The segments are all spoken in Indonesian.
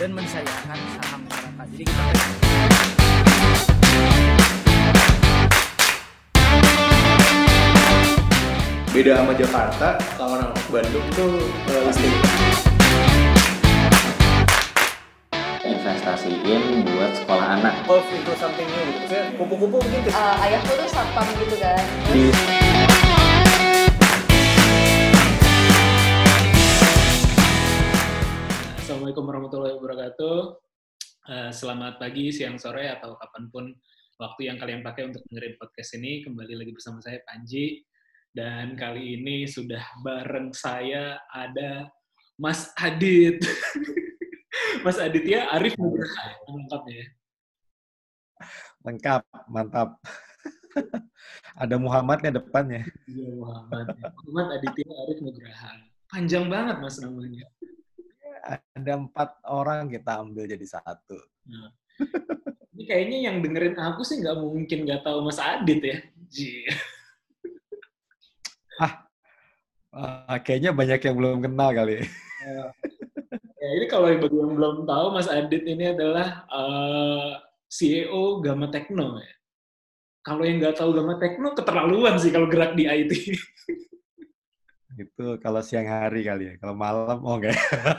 dan mensayangkan saham masyarakat. Jadi kita beda sama Jakarta, kalau orang Bandung tuh pasti investasiin buat sekolah anak. evolve into something new gitu. Maksudnya kupu-kupu mungkin ayahku tuh satpam gitu kan. Assalamualaikum warahmatullahi wabarakatuh. Selamat pagi, siang, sore, atau kapanpun waktu yang kalian pakai untuk dengerin podcast ini. Kembali lagi bersama saya, Panji. Dan kali ini sudah bareng saya ada Mas Adit. Mas Aditya Arif Nugraha, lengkapnya ya. Lengkap, mantap. Ada Muhammadnya depannya. Iya, Muhammad Aditya Arif Nugraha. Panjang banget Mas namanya. Ada 4 orang kita ambil jadi satu. Nah, ini kayaknya yang dengerin aku sih nggak mungkin nggak tahu Mas Adit ya. Kayaknya banyak yang belum kenal kali. Ya, ini kalau bagi yang belum tahu, Mas Adit ini adalah CEO Gamma Techno ya. Kalau yang nggak tahu Gamma Techno keterlaluan sih kalau gerak di IT. Itu kalau siang hari kali ya. Kalau malam, enggak.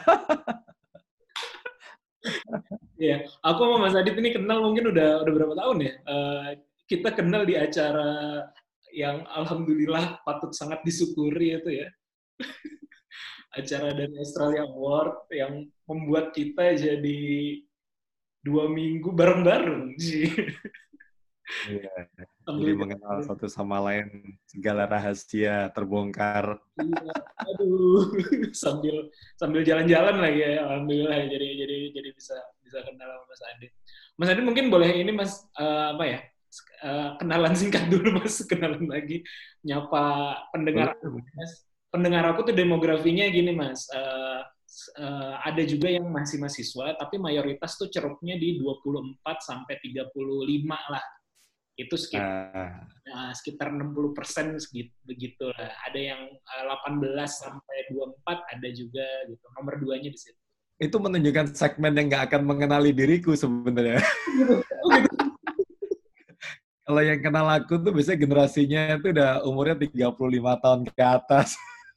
Ya, aku sama Mas Adit ini kenal mungkin udah berapa tahun ya. Kita kenal di acara yang alhamdulillah patut sangat disyukuri itu ya. Acara dari Australia Award yang membuat kita jadi 2 minggu bareng-bareng. Iya. Jadi mengenal satu sama lain, segala rahasia terbongkar. Iya, aduh, sambil jalan-jalan lagi ya, alhamdulillah jadi bisa kenal sama Mas Adit. Mas Adit mungkin boleh ini Mas kenalan singkat dulu Mas, kenalan lagi nyapa pendengar aku, Mas. Pendengar aku tuh demografinya gini Mas, ada juga yang masih mahasiswa tapi mayoritas tuh ceruknya di 24 sampai 35 lah. Itu sekitar 60% begitu lah. Ada yang 18 sampai 24 ada juga gitu. Nomor 2-nya di situ. Itu menunjukkan segmen yang nggak akan mengenali diriku sebenarnya. Kalau yang kenal aku tuh biasanya generasinya itu udah umurnya 35 tahun ke atas.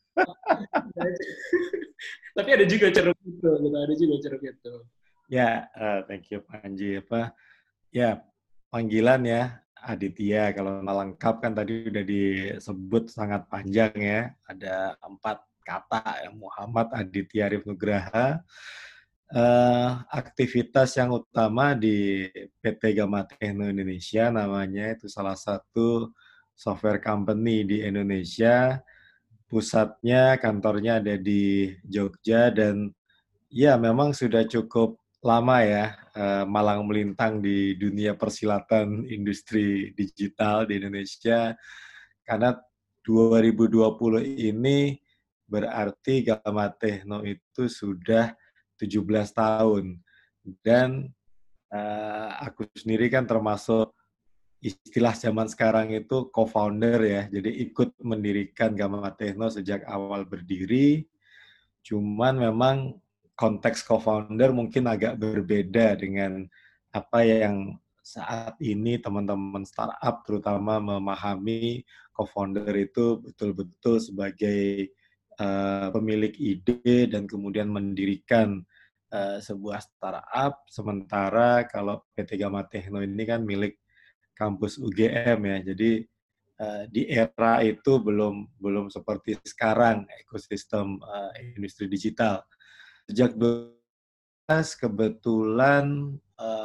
Tapi ada juga ceruk itu, gitu. Ada juga ceruk itu. Ya, thank you Panji. Ya, panggilan ya. Aditya, kalau lengkap kan tadi udah disebut sangat panjang ya. Ada 4 kata ya, Muhammad Aditya Arif Nugraha. Aktivitas yang utama di PT Gamma Techno Indonesia namanya, itu salah satu software company di Indonesia. Pusatnya, kantornya ada di Jogja dan ya memang sudah cukup lama ya malang melintang di dunia persilatan industri digital di Indonesia, karena 2020 ini berarti Gamma Techno itu sudah 17 tahun dan aku sendiri kan termasuk istilah zaman sekarang itu co-founder ya, jadi ikut mendirikan Gamma Techno sejak awal berdiri. Cuman memang konteks co-founder mungkin agak berbeda dengan apa yang saat ini teman-teman startup terutama memahami co-founder itu betul-betul sebagai pemilik ide dan kemudian mendirikan sebuah startup. Sementara kalau PT Gamma Techno ini kan milik kampus UGM ya, jadi di era itu belum seperti sekarang ekosistem industri digital. Sejak 2012 kebetulan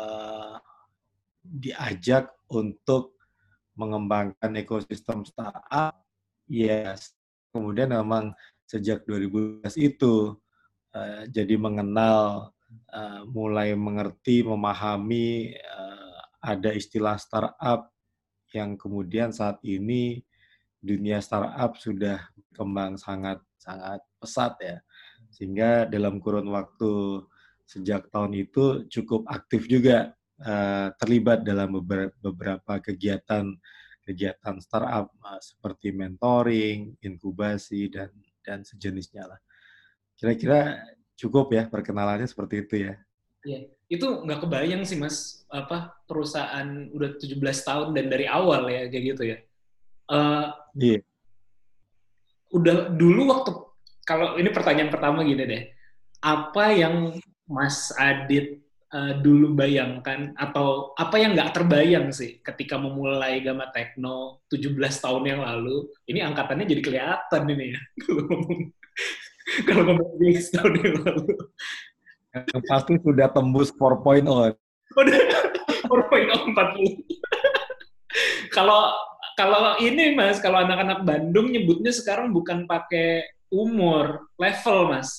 diajak untuk mengembangkan ekosistem startup. Yes. Kemudian memang sejak 2012 itu jadi mengenal, mulai mengerti, memahami ada istilah startup yang kemudian saat ini dunia startup sudah berkembang sangat pesat ya, sehingga dalam kurun waktu sejak tahun itu cukup aktif juga terlibat dalam beberapa kegiatan startup seperti mentoring, inkubasi dan sejenisnya lah. Kira-kira cukup ya perkenalannya seperti itu ya. Iya, itu nggak kebayang sih Mas, apa perusahaan udah 17 tahun dan dari awal ya kayak gitu ya. Eh, Iya. udah dulu waktu, kalau ini pertanyaan pertama gini deh, apa yang Mas Adit dulu bayangkan atau apa yang nggak terbayang sih ketika memulai Gamma Techno 17 tahun yang lalu? Ini angkatannya jadi kelihatan ini ya. Kalau ngomong 17 tahun yang lalu. Yang pasti sudah tembus 4.0. Udah 4.040. Kalau kalau ini Mas, kalau anak-anak Bandung nyebutnya sekarang bukan pakai umur, level Mas.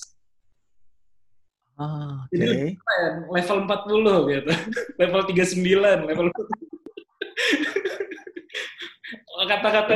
Ah, Jadi lebih oke. keren, level 40 gitu. Level 39, level kata-kata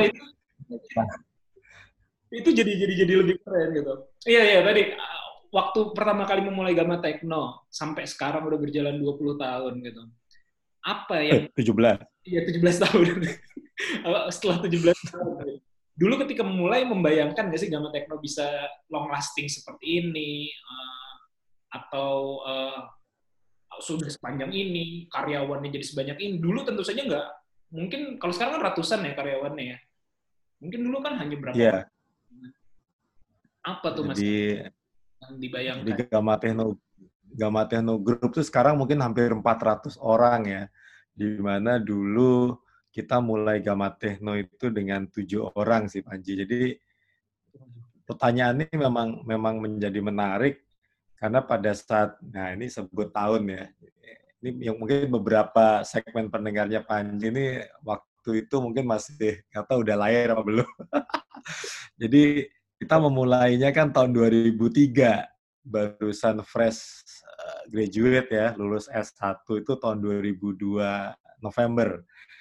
itu jadi lebih keren gitu. Iya iya tadi waktu pertama kali memulai Gamma Techno sampai sekarang udah berjalan 20 tahun gitu. Apa yang 17. iya 17 tahun. Setelah 17 tahun. Dulu ketika memulai membayangkan nggak sih Gamma Techno bisa long lasting seperti ini atau sudah sepanjang ini, karyawannya jadi sebanyak ini. Dulu tentu saja nggak, mungkin kalau sekarang kan ratusan ya karyawannya ya. Mungkin dulu kan hanya berapa orang. Iya. Apa tuh Mas Jadi yang di dibayangkan? Gamma Techno Group tuh sekarang mungkin hampir 400 orang ya. Di mana dulu kita mulai Gamma Techno itu dengan 7 orang sih Panji. Jadi pertanyaan ini memang menjadi menarik karena pada saat, nah ini sebut tahun ya. Ini yang mungkin beberapa segmen pendengarnya Panji ini waktu itu mungkin masih nggak tahu udah lahir apa belum. Jadi kita memulainya kan tahun 2003, barusan fresh graduate ya, lulus S1 itu tahun 2002 November.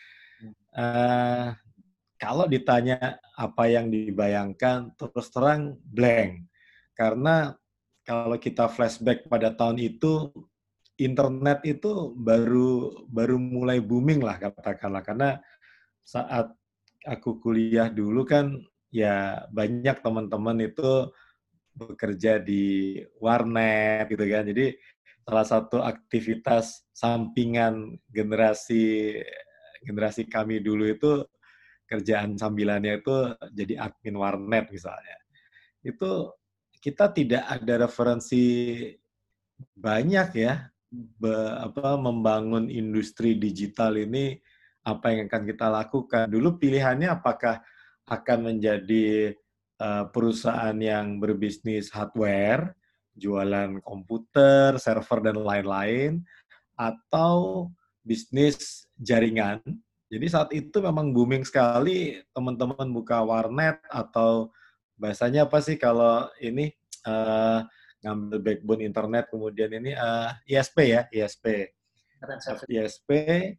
Kalau ditanya apa yang dibayangkan, terus terang blank. Karena kalau kita flashback pada tahun itu, internet itu baru mulai booming lah katakanlah. Karena saat aku kuliah dulu kan ya banyak teman-teman itu bekerja di warnet gitu kan. Jadi salah satu aktivitas sampingan generasi kami dulu itu kerjaan sambilannya itu jadi admin warnet misalnya. Itu kita tidak ada referensi banyak ya membangun industri digital ini apa yang akan kita lakukan. Dulu pilihannya apakah akan menjadi perusahaan yang berbisnis hardware, jualan komputer, server dan lain-lain, atau bisnis jaringan. Jadi saat itu memang booming sekali teman-teman buka warnet atau bahasanya apa sih kalau ini ngambil backbone internet kemudian ini ISP ya, ISP. ISP,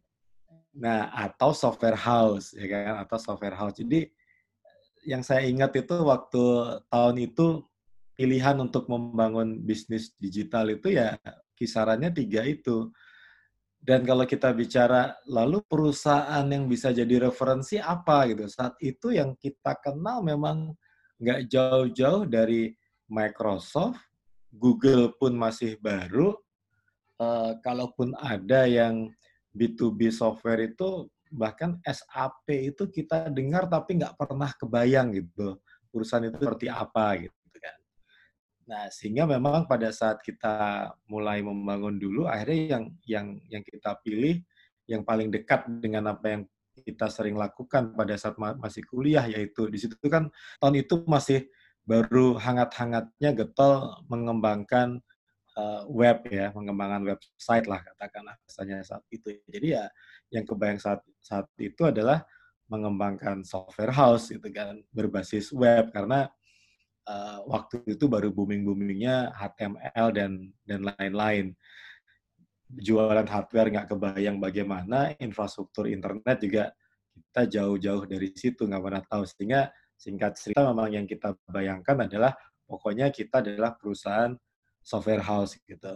nah atau software house ya kan atau software house. Jadi yang saya ingat itu waktu tahun itu pilihan untuk membangun bisnis digital itu ya kisarannya 3 itu. Dan kalau kita bicara, lalu perusahaan yang bisa jadi referensi apa gitu? Saat itu yang kita kenal memang nggak jauh-jauh dari Microsoft, Google pun masih baru, kalaupun ada yang B2B software itu, bahkan SAP itu kita dengar tapi nggak pernah kebayang gitu, perusahaan itu seperti apa gitu kan. Nah, sehingga memang pada saat kita mulai membangun dulu, akhirnya yang kita pilih yang paling dekat dengan apa yang kita sering lakukan pada saat masih kuliah, yaitu di situ kan tahun itu masih baru hangat-hangatnya getol mengembangkan web ya, mengembangkan website lah katakanlah misalnya saat itu. Jadi ya yang kebayang saat itu adalah mengembangkan software house gitu kan, berbasis web karena waktu itu baru booming-boomingnya HTML dan lain-lain. Jualan hardware nggak kebayang bagaimana, infrastruktur internet juga kita jauh-jauh dari situ, nggak pernah tahu. Sehingga singkat cerita memang yang kita bayangkan adalah pokoknya kita adalah perusahaan software house gitu.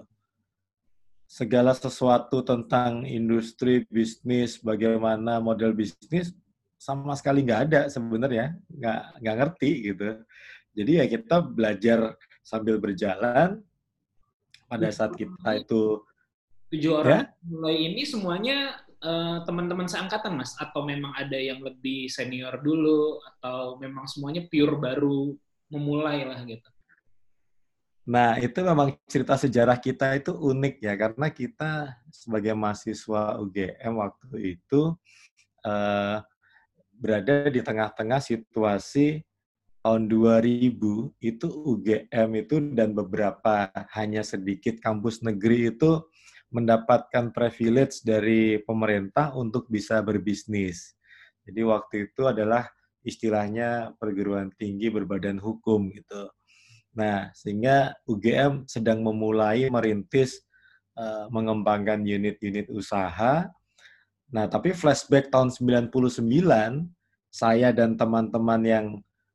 Segala sesuatu tentang industri, bisnis, bagaimana model bisnis, sama sekali nggak ada sebenarnya, nggak ngerti gitu. Jadi ya kita belajar sambil berjalan. Pada saat kita itu orang Ya? mulai ini semuanya teman-teman seangkatan, Mas? Atau memang ada yang lebih senior dulu? Atau memang semuanya pure baru memulai lah gitu? Nah, itu memang cerita sejarah kita itu unik ya, karena kita sebagai mahasiswa UGM waktu itu eh, berada di tengah-tengah situasi tahun 2000 itu UGM itu dan beberapa hanya sedikit kampus negeri itu mendapatkan privilege dari pemerintah untuk bisa berbisnis. Jadi waktu itu adalah istilahnya perguruan tinggi berbadan hukum gitu. Nah, sehingga UGM sedang memulai merintis mengembangkan unit-unit usaha. Nah, tapi flashback tahun 99, saya dan teman-teman yang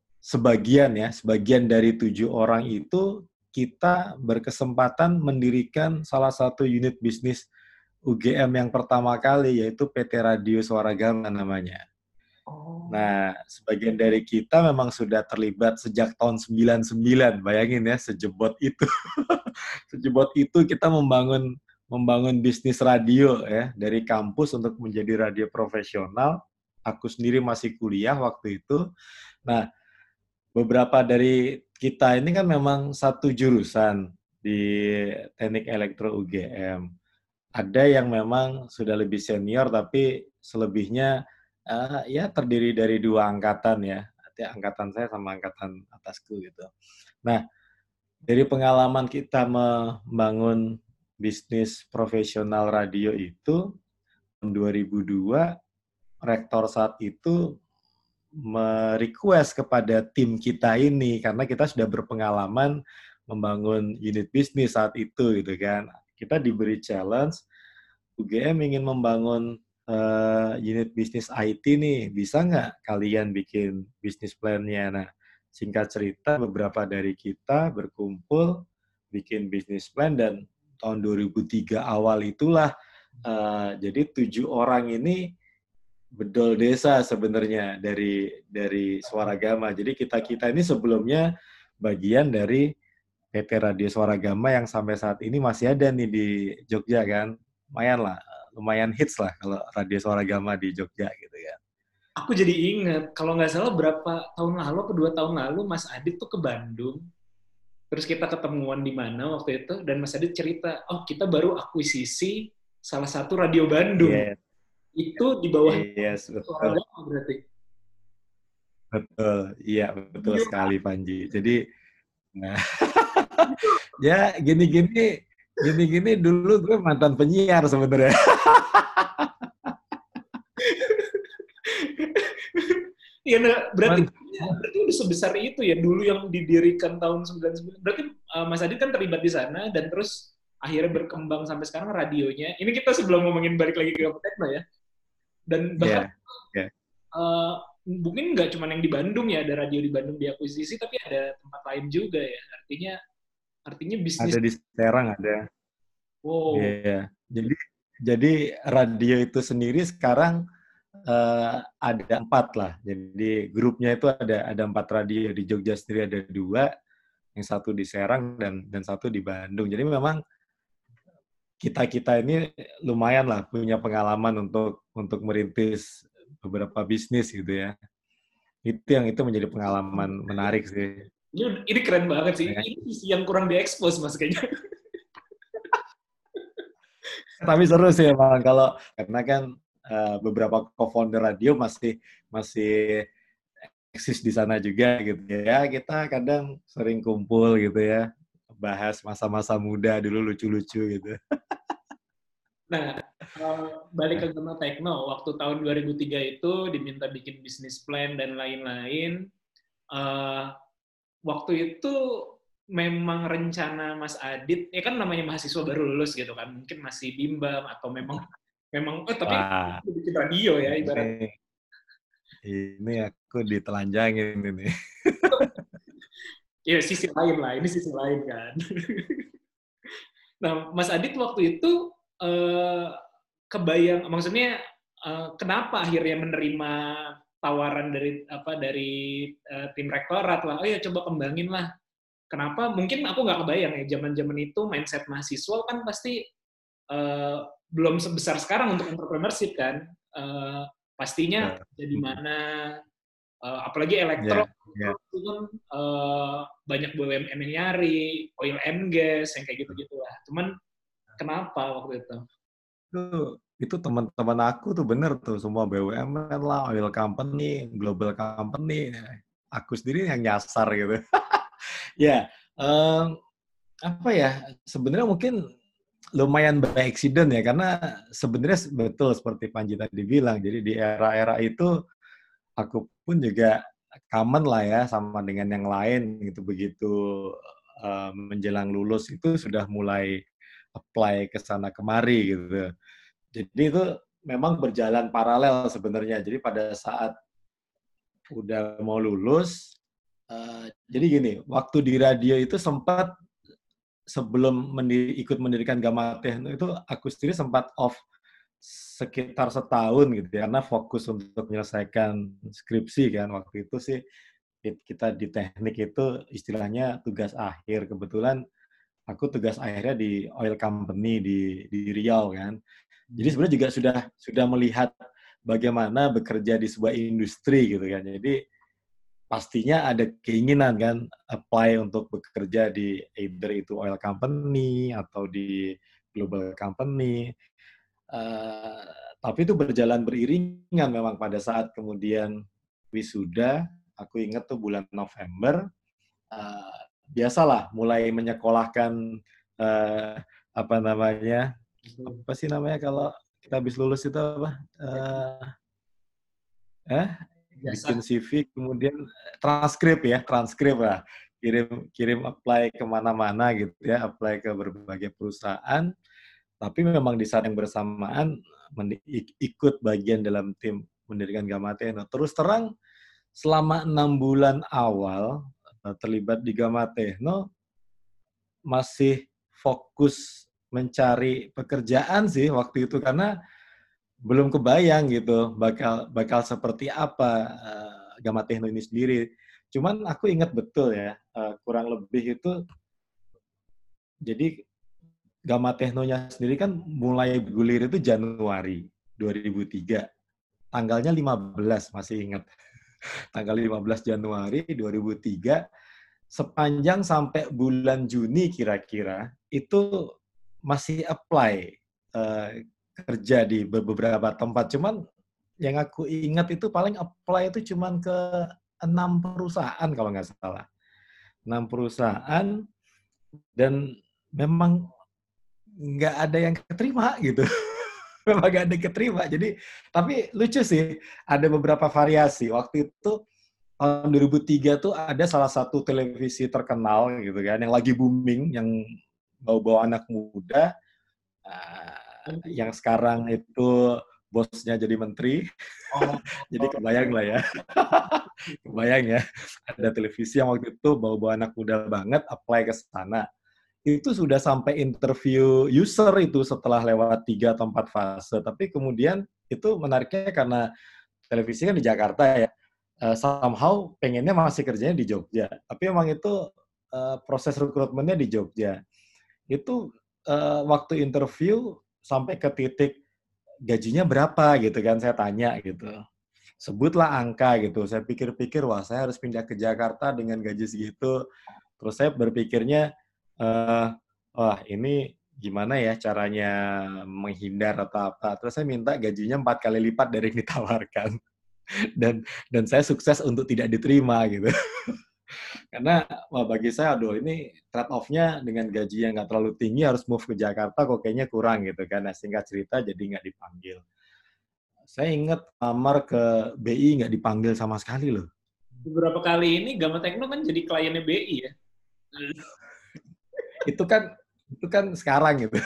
sebagian dari 7 orang itu kita berkesempatan mendirikan salah satu unit bisnis UGM yang pertama kali, yaitu PT Radio Swaragama namanya. Oh. Nah, sebagian dari kita memang sudah terlibat sejak tahun 99, bayangin ya, sejebot itu. Sejebot itu kita membangun bisnis radio ya, dari kampus untuk menjadi radio profesional. Aku sendiri masih kuliah waktu itu. Nah, beberapa dari kita ini kan memang satu jurusan di Teknik Elektro UGM. Ada yang memang sudah lebih senior, tapi selebihnya ya terdiri dari 2 angkatan ya. Angkatan saya sama angkatan atasku gitu. Nah, dari pengalaman kita membangun bisnis profesional radio itu, tahun 2002, rektor saat itu merequest kepada tim kita ini, karena kita sudah berpengalaman membangun unit bisnis saat itu gitu kan. Kita diberi challenge, UGM ingin membangun unit bisnis IT nih, bisa nggak kalian bikin bisnis plan-nya? Nah, singkat cerita beberapa dari kita berkumpul bikin bisnis plan, dan tahun 2003 awal itulah jadi 7 orang ini bedol desa sebenarnya dari Swaragama. Jadi kita ini sebelumnya bagian dari PT Radio Swaragama yang sampai saat ini masih ada nih di Jogja kan. Lumayan hits lah kalau Radio Swaragama di Jogja gitu ya. Aku jadi inget, kalau nggak salah berapa tahun lalu atau 2 tahun lalu, Mas Adit tuh ke Bandung. Terus kita ketemuan di mana waktu itu, dan Mas Adit cerita, oh kita baru akuisisi salah satu radio Bandung. Yes. Itu di bawah Betul. berarti. Betul, iya betul sekali Panji. Jadi, nah, ya gini-gini dulu gue mantan penyiar sebenarnya. Iya, nah, berarti udah sebesar itu ya dulu yang didirikan tahun 99. Berarti Mas Adit kan terlibat di sana dan terus akhirnya berkembang sampai sekarang radionya. Ini kita sebelum ngomongin balik lagi ke Tekno ya. Dan bahkan mungkin nggak cuma yang di Bandung ya, ada radio di Bandung diakuisisi, tapi ada tempat lain juga ya. Artinya bisnis. Ada di Serang ada. Wow. Iya. Jadi radio itu sendiri sekarang ada 4 lah. Jadi grupnya itu ada 4 radio. Di Jogja sendiri ada 2, yang satu di Serang dan satu di Bandung. Jadi memang kita ini lumayan lah punya pengalaman untuk merintis beberapa bisnis gitu ya. Itu menjadi pengalaman menarik sih. Ini keren banget sih. Ini sisi yang kurang diekspos Mas kayaknya. Tapi seru sih emang karena kan beberapa co-founder radio masih eksis di sana juga gitu ya. Kita kadang sering kumpul gitu ya, bahas masa-masa muda dulu lucu-lucu gitu. Nah, balik ke Gema Tekno, waktu tahun 2003 itu diminta bikin bisnis plan dan lain-lain. Waktu itu memang rencana Mas Adit, ya kan namanya mahasiswa baru lulus gitu kan, mungkin masih bimbang atau memang tapi bikin radio ya ibaratnya. Ini aku ditelanjangin ini. Ya sisi lain lah, ini sisi lain kan. Nah, Mas Adit waktu itu kebayang, maksudnya kenapa akhirnya menerima tawaran dari tim rektorat lah, oh ya coba kembangin lah. Kenapa? Mungkin aku nggak kebayang ya, zaman-zaman itu mindset mahasiswa kan pasti eh, belum sebesar sekarang untuk entrepreneurship kan. Pastinya jadi mana, apalagi elektro, itu kan banyak BUMN yang nyari, oil and gas, yang kayak gitu-gitu lah. Cuman kenapa waktu itu? Itu teman-teman aku tuh bener tuh, semua BUMN lah, oil company, global company. Aku sendiri yang nyasar gitu. Ya, apa ya, sebenarnya mungkin lumayan by accident ya, karena sebenarnya betul seperti Panji tadi bilang, jadi di era-era itu aku pun juga common lah ya, sama dengan yang lain gitu, begitu menjelang lulus itu sudah mulai apply ke sana kemari gitu. Jadi itu memang berjalan paralel sebenarnya. Jadi pada saat udah mau lulus, jadi gini, waktu di radio itu sempat sebelum ikut mendirikan Gamma Techno itu aku sendiri sempat off sekitar setahun gitu ya, karena fokus untuk menyelesaikan skripsi kan. Waktu itu sih kita di teknik itu istilahnya tugas akhir. Kebetulan aku tugas akhirnya di oil company di Riau kan. Jadi sebenarnya juga sudah melihat bagaimana bekerja di sebuah industri gitu kan. Jadi pastinya ada keinginan kan apply untuk bekerja di either itu oil company atau di global company. Tapi itu berjalan beriringan memang pada saat kemudian wisuda. Aku ingat tuh bulan November. Biasalah mulai menyekolahkan apa sih namanya kalau kita habis lulus itu apa? Bikin CV, kemudian transkrip lah. Kirim apply kemana-mana gitu ya, apply ke berbagai perusahaan. Tapi memang di saat yang bersamaan ikut bagian dalam tim mendirikan Gamma Techno. Terus terang, selama 6 bulan awal terlibat di Gamma Techno, masih fokus mencari pekerjaan sih waktu itu, karena belum kebayang gitu bakal seperti apa Gamma Techno ini sendiri. Cuman aku ingat betul ya, kurang lebih itu, jadi Gamma Techno-nya sendiri kan mulai bergulir itu Januari 2003. Tanggalnya 15, masih ingat. Tanggal 15 Januari 2003, sepanjang sampai bulan Juni kira-kira, itu masih apply kerja di beberapa tempat. Cuman yang aku ingat itu paling apply itu cuman ke 6 perusahaan kalau nggak salah. 6 perusahaan, dan memang nggak ada yang keterima gitu. Memang nggak ada yang keterima. Jadi, tapi lucu sih, ada beberapa variasi. Waktu itu tahun 2003 tuh ada salah satu televisi terkenal gitu kan, yang lagi booming, yang bawa anak muda, yang sekarang itu bosnya jadi menteri. Jadi kebayang lah ya. Kebayang ya, ada televisi yang waktu itu bawa anak muda banget, apply ke sana. Itu sudah sampai interview user itu setelah lewat 3 atau 4 fase. Tapi kemudian itu menariknya karena televisi kan di Jakarta ya, somehow pengennya masih kerjanya di Jogja. Tapi emang itu proses rekrutmennya di Jogja. Itu waktu interview sampai ke titik gajinya berapa gitu kan, saya tanya gitu. Sebutlah angka gitu. Saya pikir-pikir, wah saya harus pindah ke Jakarta dengan gaji segitu. Terus saya berpikirnya, wah ini gimana ya caranya menghindar atau apa. Terus saya minta gajinya 4 kali lipat dari yang ditawarkan. Dan saya sukses untuk tidak diterima gitu. Karena wah, bagi saya, aduh ini trade off-nya dengan gaji yang nggak terlalu tinggi, harus move ke Jakarta kok kayaknya kurang gitu kan. Nah, singkat cerita jadi nggak dipanggil. Saya ingat lamar ke BI nggak dipanggil sama sekali loh. Beberapa kali ini Gamma Techno kan jadi kliennya BI ya. itu kan sekarang gitu.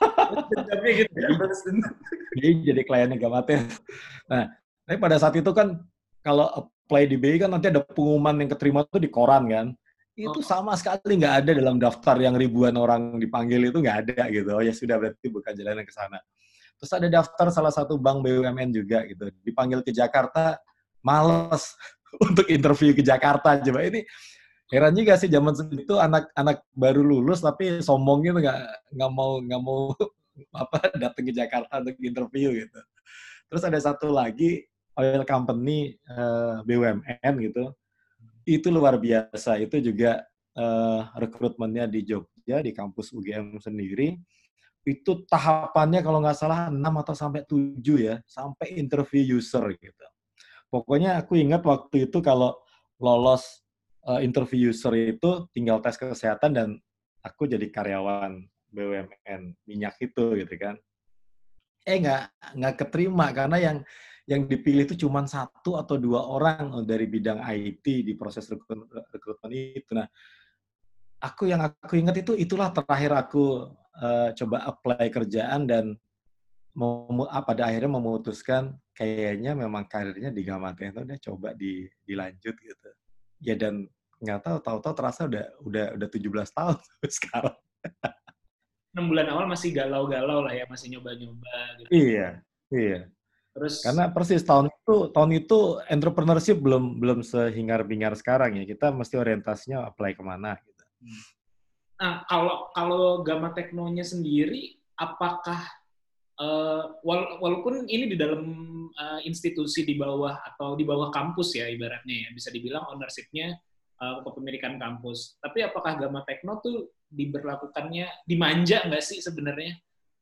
BI jadi kliennya Gamma Techno. Nah, tapi pada saat itu kan kalau apply di BI kan nanti ada pengumuman yang keterima tuh di koran kan. Itu sama sekali nggak ada dalam daftar yang ribuan orang dipanggil, itu nggak ada gitu. Oh ya sudah, berarti bukan jalan ke sana. Terus ada daftar salah satu bank BUMN juga gitu. Dipanggil ke Jakarta, males untuk interview ke Jakarta. Coba ini heran juga sih, zaman segitu anak-anak baru lulus tapi sombong gitu, nggak mau datang ke Jakarta untuk interview gitu. Terus ada satu lagi oil company BUMN gitu. Itu luar biasa. Itu juga rekrutmennya di Jogja di kampus UGM sendiri. Itu tahapannya kalau nggak salah 6 atau sampai 7 ya, sampai interview user gitu. Pokoknya aku ingat waktu itu kalau lolos interview user itu tinggal tes kesehatan dan aku jadi karyawan BUMN minyak itu gitu kan. Nggak keterima karena yang dipilih itu cuma 1 atau 2 orang dari bidang IT di proses rekrutmen itu. Nah, yang aku ingat itulah terakhir aku coba apply kerjaan dan pada akhirnya memutuskan kayaknya memang karirnya di Gamma Techno udah coba dilanjut gitu. Ya dan nggak tahu terasa udah 17 tahun sekarang. 6 bulan awal masih galau-galau lah ya, masih nyoba-nyoba gitu. Iya. Terus Karena persis tahun itu entrepreneurship belum sehingar-bingar sekarang ya. Kita mesti orientasinya apply kemana gitu. nah, kalau Gamma Techno-nya sendiri apakah walaupun ini di dalam institusi di bawah atau di bawah kampus ya ibaratnya ya, bisa dibilang ownership-nya kepemilikan kampus. Tapi apakah Gamma Techno tuh diberlakukannya dimanja nggak sih sebenarnya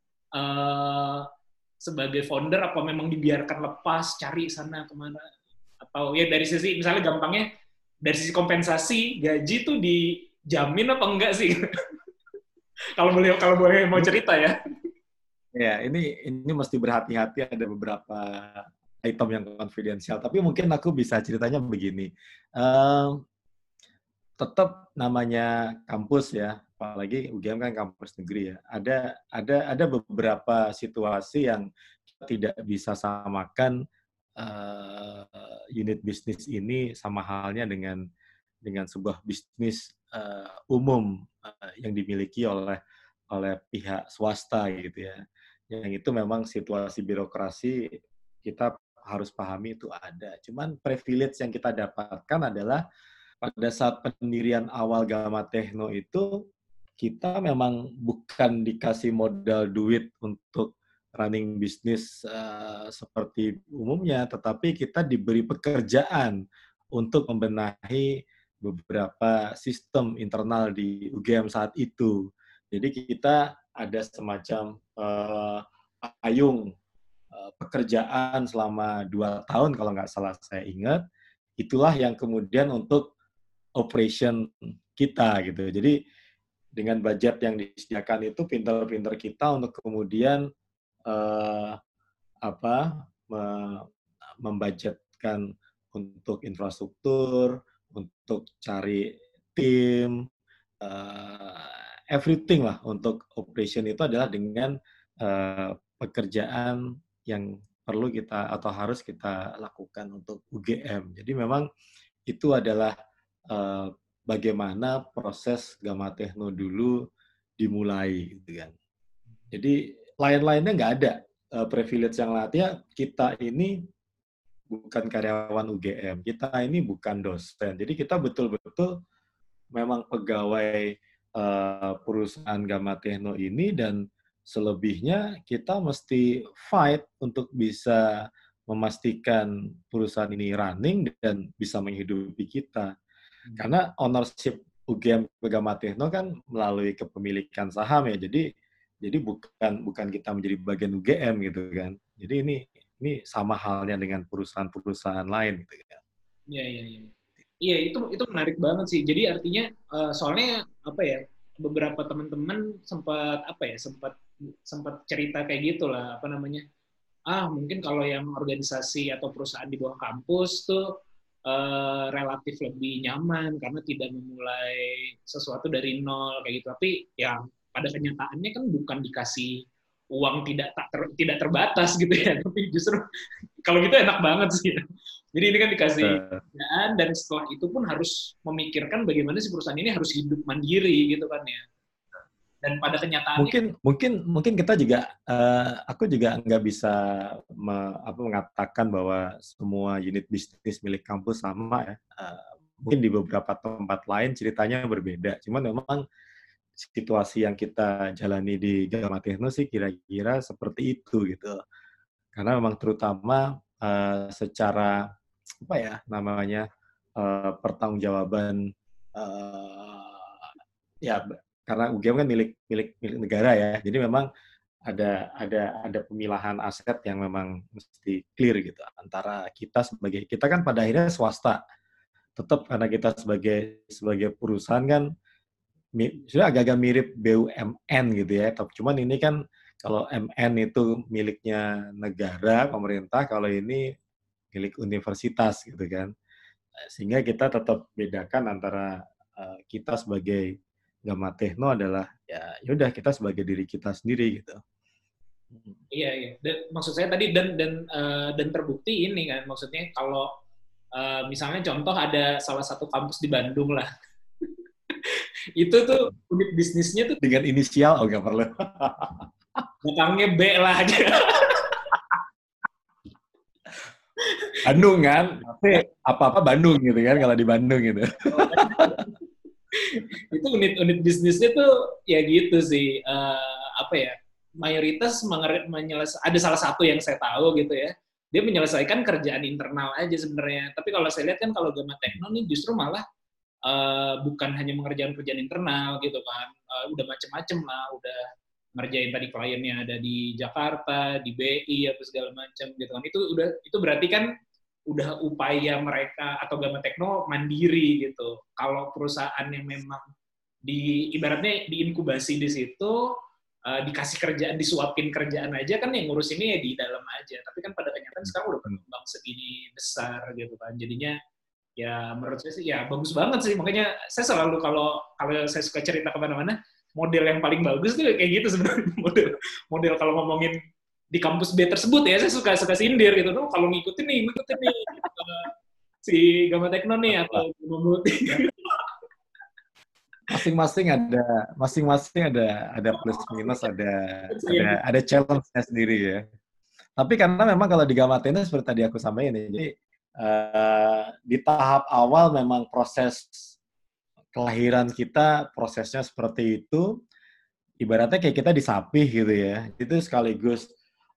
sebagai founder, apa memang dibiarkan lepas cari sana kemana? Atau ya dari sisi misalnya gampangnya dari sisi kompensasi gaji tuh dijamin apa enggak sih? kalau boleh mau cerita ya. Ya, ini mesti berhati-hati, ada beberapa item yang konfidensial. Tapi mungkin aku bisa ceritanya begini. Tetap namanya kampus ya, apalagi UGM kan kampus negeri ya. Ada beberapa situasi yang kita tidak bisa samakan unit bisnis ini sama halnya dengan sebuah bisnis umum yang dimiliki oleh pihak swasta gitu ya. Yang itu memang situasi birokrasi kita harus pahami itu ada. Cuman privilege yang kita dapatkan adalah pada saat pendirian awal Gamma Techno itu kita memang bukan dikasih modal duit untuk running bisnis seperti umumnya, tetapi kita diberi pekerjaan untuk membenahi beberapa sistem internal di UGM saat itu. Jadi kita ada semacam payung pekerjaan selama 2 tahun kalau nggak salah saya ingat. Itulah yang kemudian untuk operation kita gitu. Jadi dengan budget yang disediakan itu pinter-pinter kita untuk kemudian membudgetkan untuk infrastruktur, untuk cari tim, everything lah untuk operation itu adalah dengan pekerjaan yang perlu kita atau harus kita lakukan untuk UGM. Jadi memang itu adalah bagaimana proses Gamma Techno dulu dimulai, gitu kan. Jadi lain-lainnya nggak ada privilege yang lainnya. Kita ini bukan karyawan UGM, kita ini bukan dosen. Jadi kita betul-betul memang pegawai perusahaan Gamma Techno ini dan selebihnya kita mesti fight untuk bisa memastikan perusahaan ini running dan bisa menghidupi kita. Karena ownership UGM ke Gamma Techno kan melalui kepemilikan saham ya. Jadi bukan kita menjadi bagian UGM gitu kan. Jadi ini sama halnya dengan perusahaan-perusahaan lain gitu kan. Iya. Iya, itu menarik banget sih. Jadi artinya soalnya apa ya? Beberapa teman-teman sempat cerita kayak gitulah, apa namanya? Mungkin kalau yang organisasi atau perusahaan di bawah kampus tuh relatif lebih nyaman karena tidak memulai sesuatu dari nol kayak gitu. Tapi ya pada kenyataannya kan bukan dikasih uang tidak terbatas gitu ya. Tapi justru kalau gitu enak banget sih. Jadi ini kan dikasih kerjaan dan setelah itu pun harus memikirkan bagaimana si perusahaan ini harus hidup mandiri gitu kan ya. Dan pada kenyataannya mungkin kita juga aku juga nggak bisa mengatakan bahwa semua unit bisnis milik kampus sama ya. Mungkin di beberapa tempat lain ceritanya berbeda. Cuman memang situasi yang kita jalani di Gama Tekno sih kira-kira seperti itu gitu. Karena memang terutama secara apa ya namanya pertanggungjawaban ya karena UGM kan milik negara ya. Jadi memang ada pemilahan aset yang memang mesti clear gitu antara kita kan pada akhirnya swasta. Tetap karena kita sebagai perusahaan kan sudah agak-agak mirip BUMN gitu ya. Cuman ini kan kalau MN itu miliknya negara, pemerintah, kalau ini milik universitas gitu kan. Sehingga kita tetap bedakan antara kita sebagai Gama Tekno adalah ya udah kita sebagai diri kita sendiri gitu. Iya, iya. Dan, maksud saya tadi dan terbukti ini kan, maksudnya kalau misalnya contoh ada salah satu kampus di Bandung lah, itu tuh unit bisnisnya tuh Dengan inisial, oh nggak perlu. belakangnya B lah aja. Bandung kan, tapi apa-apa Bandung gitu kan kalau di Bandung gitu. Itu unit bisnisnya tuh ya gitu sih, apa ya, mayoritas ada salah satu yang saya tahu gitu ya, dia menyelesaikan kerjaan internal aja sebenarnya. Tapi kalau saya lihat kan kalau Gama Tekno nih justru malah bukan hanya mengerjakan kerjaan internal gitu kan, udah macem-macem lah, udah ngerjain tadi kliennya ada di Jakarta, di BI, apa segala macam gitu kan. Itu berarti kan udah upaya mereka atau Gama Tekno mandiri gitu. Kalau perusahaan yang memang ibaratnya diinkubasi di situ, dikasih kerjaan, disuapin kerjaan aja kan yang ngurus ini ya di dalam aja. Tapi kan pada kenyataan sekarang udah berkembang segini besar gitu kan. Jadinya ya menurut saya sih ya bagus banget sih. Makanya saya selalu kalau saya suka cerita kemana-mana, model yang paling bagus tuh kayak gitu sebenarnya. Model kalau ngomongin di kampus B tersebut ya, saya suka sindir gitu. Tuh kalau ngikutin nih si Gama Tekno nih atau Gama Multi. Masing-masing ada plus minus, ada challenge-nya sendiri ya. Tapi karena memang kalau di Gama Tekno seperti tadi aku sampaikan ya, jadi di tahap awal memang proses kelahiran kita prosesnya seperti itu, ibaratnya kayak kita disapih gitu ya. Itu sekaligus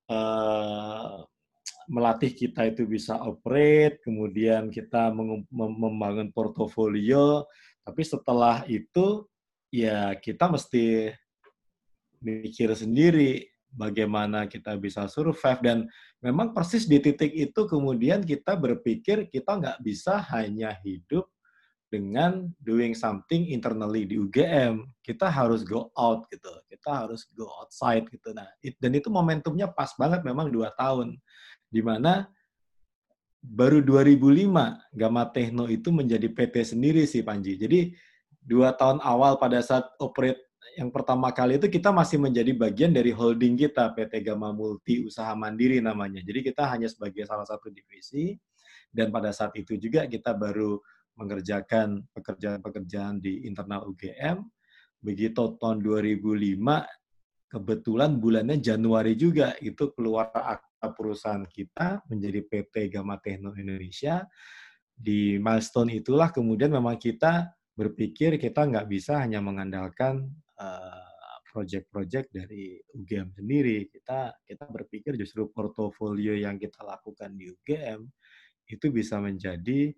melatih kita itu bisa operate, kemudian kita membangun portofolio, tapi setelah itu ya kita mesti mikir sendiri bagaimana kita bisa survive, dan memang persis di titik itu kemudian kita berpikir kita nggak bisa hanya hidup dengan doing something internally di UGM. Kita harus go out gitu. Kita harus go outside gitu. Nah, dan itu momentumnya pas banget memang 2 tahun. Di mana baru 2005 Gama Tekno itu menjadi PT sendiri sih Panji. Jadi 2 tahun awal pada saat operate yang pertama kali itu kita masih menjadi bagian dari holding kita, PT Gama Multi Usaha Mandiri namanya. Jadi kita hanya sebagai salah satu divisi, dan pada saat itu juga kita baru mengerjakan pekerjaan-pekerjaan di internal UGM. Begitu tahun 2005, kebetulan bulannya Januari juga, itu keluar akta perusahaan kita menjadi PT Gama Tekno Indonesia. Di milestone itulah kemudian memang kita berpikir kita nggak bisa hanya mengandalkan project-project dari UGM sendiri. Kita berpikir justru portofolio yang kita lakukan di UGM itu bisa menjadi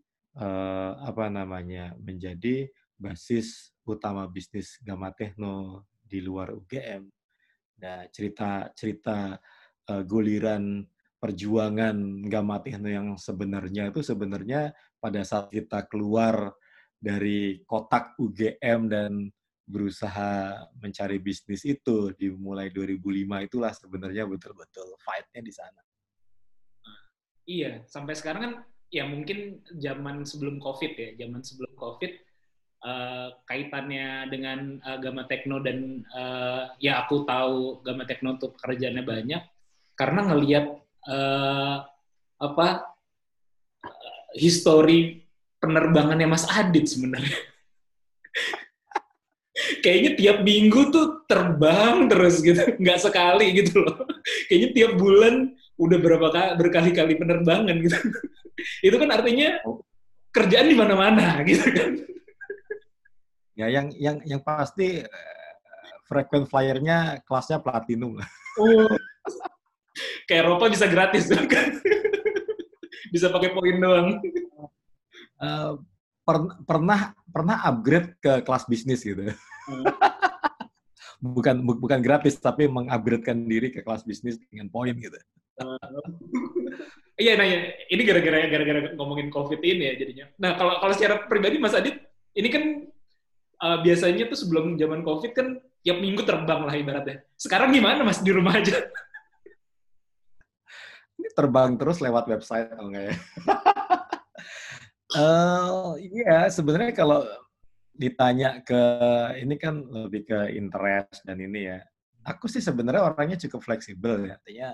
menjadi basis utama bisnis Gama Tekno di luar UGM. Nah, cerita guliran perjuangan Gama Tekno yang sebenarnya pada saat kita keluar dari kotak UGM dan berusaha mencari bisnis itu dimulai 2005, itulah sebenarnya betul-betul fight-nya di sana. Iya, sampai sekarang kan ya mungkin zaman sebelum COVID kaitannya dengan Gama Tekno dan ya aku tahu Gama Tekno untuk pekerjaannya banyak karena ngelihat histori penerbangannya Mas Adit sebenarnya. Kayaknya tiap minggu tuh terbang terus gitu, nggak sekali gitu loh. Kayaknya tiap bulan udah berkali-kali penerbangan gitu. Itu kan artinya kerjaan di mana-mana gitu kan. Ya, yang pasti frequent flyer-nya kelasnya platinum lah. Oh, kayak Eropa bisa gratis kan? Bisa pakai poin doang. Eh, pernah upgrade ke kelas bisnis gitu. Bukan gratis, tapi mengupgradekan diri ke kelas bisnis dengan poin gitu. Iya, nah ini gara-gara ngomongin COVID ini ya jadinya. Nah kalau secara pribadi Mas Adit, ini kan biasanya tuh sebelum zaman COVID kan tiap minggu terbang lah ibaratnya. Sekarang gimana Mas di rumah aja? Ini terbang terus lewat website atau enggak ya? Iya, sebenarnya kalau ditanya ke ini kan lebih ke interest dan ini ya. Aku sih sebenarnya orangnya cukup fleksibel ya. Artinya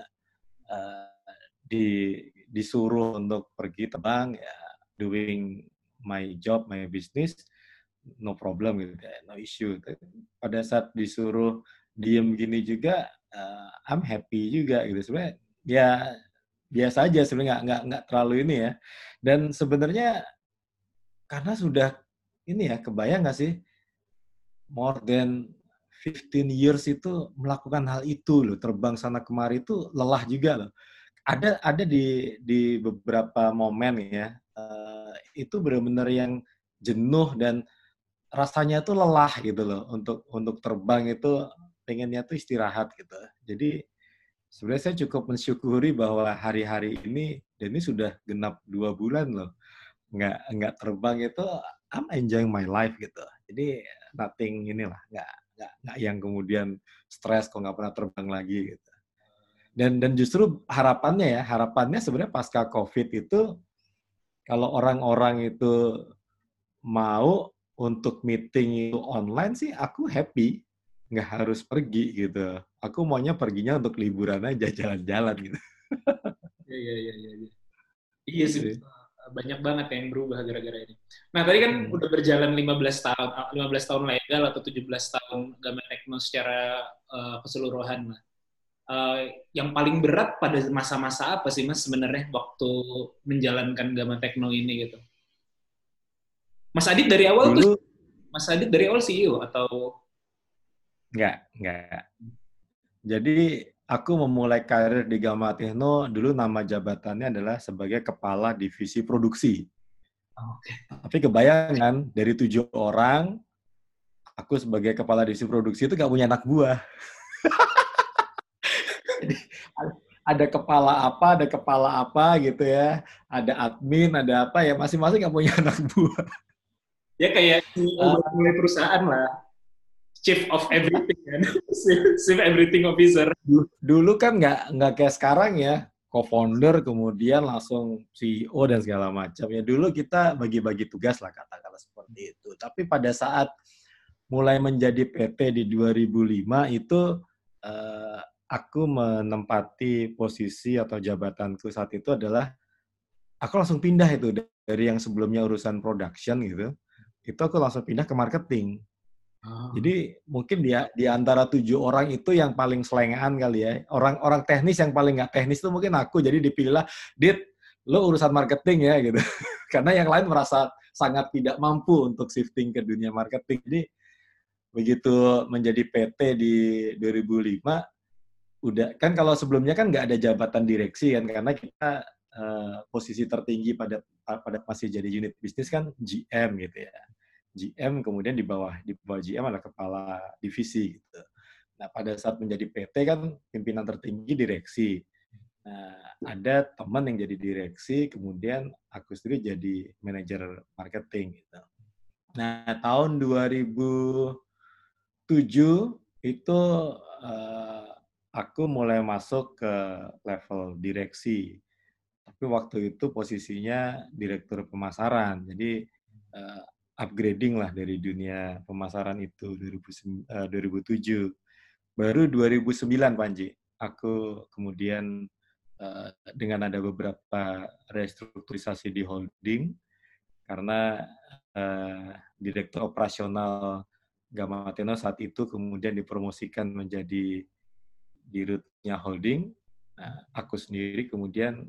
disuruh untuk pergi terbang ya, doing my job, my business, no problem gitu ya, no issue. Pada saat disuruh diem gini juga, I'm happy juga gitu. Sebenarnya ya biasa aja sebenarnya, nggak terlalu ini ya. Dan sebenarnya karena sudah ini ya, kebayang nggak sih more than 15 years itu melakukan hal itu loh, terbang sana kemari itu lelah juga loh. Ada di beberapa momen ya, itu benar-benar yang jenuh dan rasanya tuh lelah gitu loh, untuk terbang itu pengennya tuh istirahat gitu. Jadi sebenarnya saya cukup mensyukuri bahwa hari-hari ini, dan ini sudah genap 2 bulan loh, nggak terbang itu, I'm enjoying my life gitu. Jadi nothing inilah, nggak yang kemudian stres kok nggak pernah terbang lagi gitu. Dan justru harapannya sebenarnya pasca COVID itu, kalau orang-orang itu mau untuk meeting itu online sih aku happy, nggak harus pergi gitu. Aku maunya perginya untuk liburan aja, jalan-jalan gitu. Iya. Iya sih, Gitu. banyak banget yang berubah gara-gara ini. Nah, tadi kan udah berjalan 15 tahun, 15 tahun legal atau 17 tahun Gamma Techno secara keseluruhan lah. Yang paling berat pada masa-masa apa sih Mas sebenarnya waktu menjalankan Gamma Techno ini gitu? Mas Adit dari awal Dulu Mas Adit dari awal CEO atau nggak. Jadi aku memulai karir di Gamma Techno, dulu nama jabatannya adalah sebagai Kepala Divisi Produksi. Tapi kebayangan dari 7 orang, aku sebagai Kepala Divisi Produksi itu nggak punya anak buah. Jadi, ada kepala apa gitu ya, ada admin, ada apa ya, masing-masing nggak punya anak buah. ya kayak CEO mulai perusahaan lah, chief of everything kan, chief everything officer. Dulu kan nggak kayak sekarang ya, co-founder kemudian langsung CEO dan segala macam. Ya dulu kita bagi-bagi tugas lah katakanlah seperti itu. Tapi pada saat mulai menjadi PT di 2005 itu aku menempati posisi atau jabatanku saat itu adalah aku langsung pindah itu dari yang sebelumnya urusan production gitu. Itu aku langsung pindah ke marketing. Jadi mungkin di antara 7 orang itu yang paling selengean kali ya. Orang teknis yang paling nggak teknis itu mungkin aku. Jadi dipilihlah, Dit, lo urusan marketing ya gitu. Karena yang lain merasa sangat tidak mampu untuk shifting ke dunia marketing. Jadi begitu menjadi PT di 2005, udah kan kalau sebelumnya kan nggak ada jabatan direksi kan, karena kita posisi tertinggi pada masih jadi unit bisnis kan GM gitu ya. GM kemudian di bawah GM adalah kepala divisi gitu. Nah, pada saat menjadi PT kan pimpinan tertinggi direksi. Nah, ada teman yang jadi direksi, kemudian aku sendiri jadi manajer marketing gitu. Nah, tahun 2007 itu aku mulai masuk ke level direksi. Tapi waktu itu posisinya direktur pemasaran. Jadi upgrading lah dari dunia pemasaran itu 2007. Baru 2009 Panji, aku kemudian dengan ada beberapa restrukturisasi di holding karena direktur operasional Gamma Techno saat itu kemudian dipromosikan menjadi dirutnya holding. Nah, aku sendiri kemudian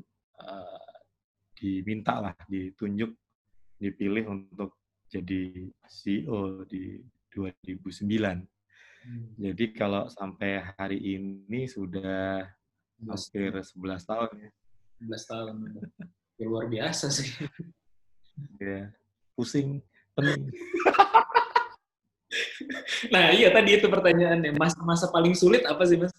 ditunjuk, dipilih untuk jadi CEO di 2009. Jadi kalau sampai hari ini sudah 11 hampir 11 tahun ya. 11 tahun. Ya, luar biasa sih. Ya. Pusing, pening. Nah, iya tadi itu pertanyaannya. Masa paling sulit apa sih, Mas?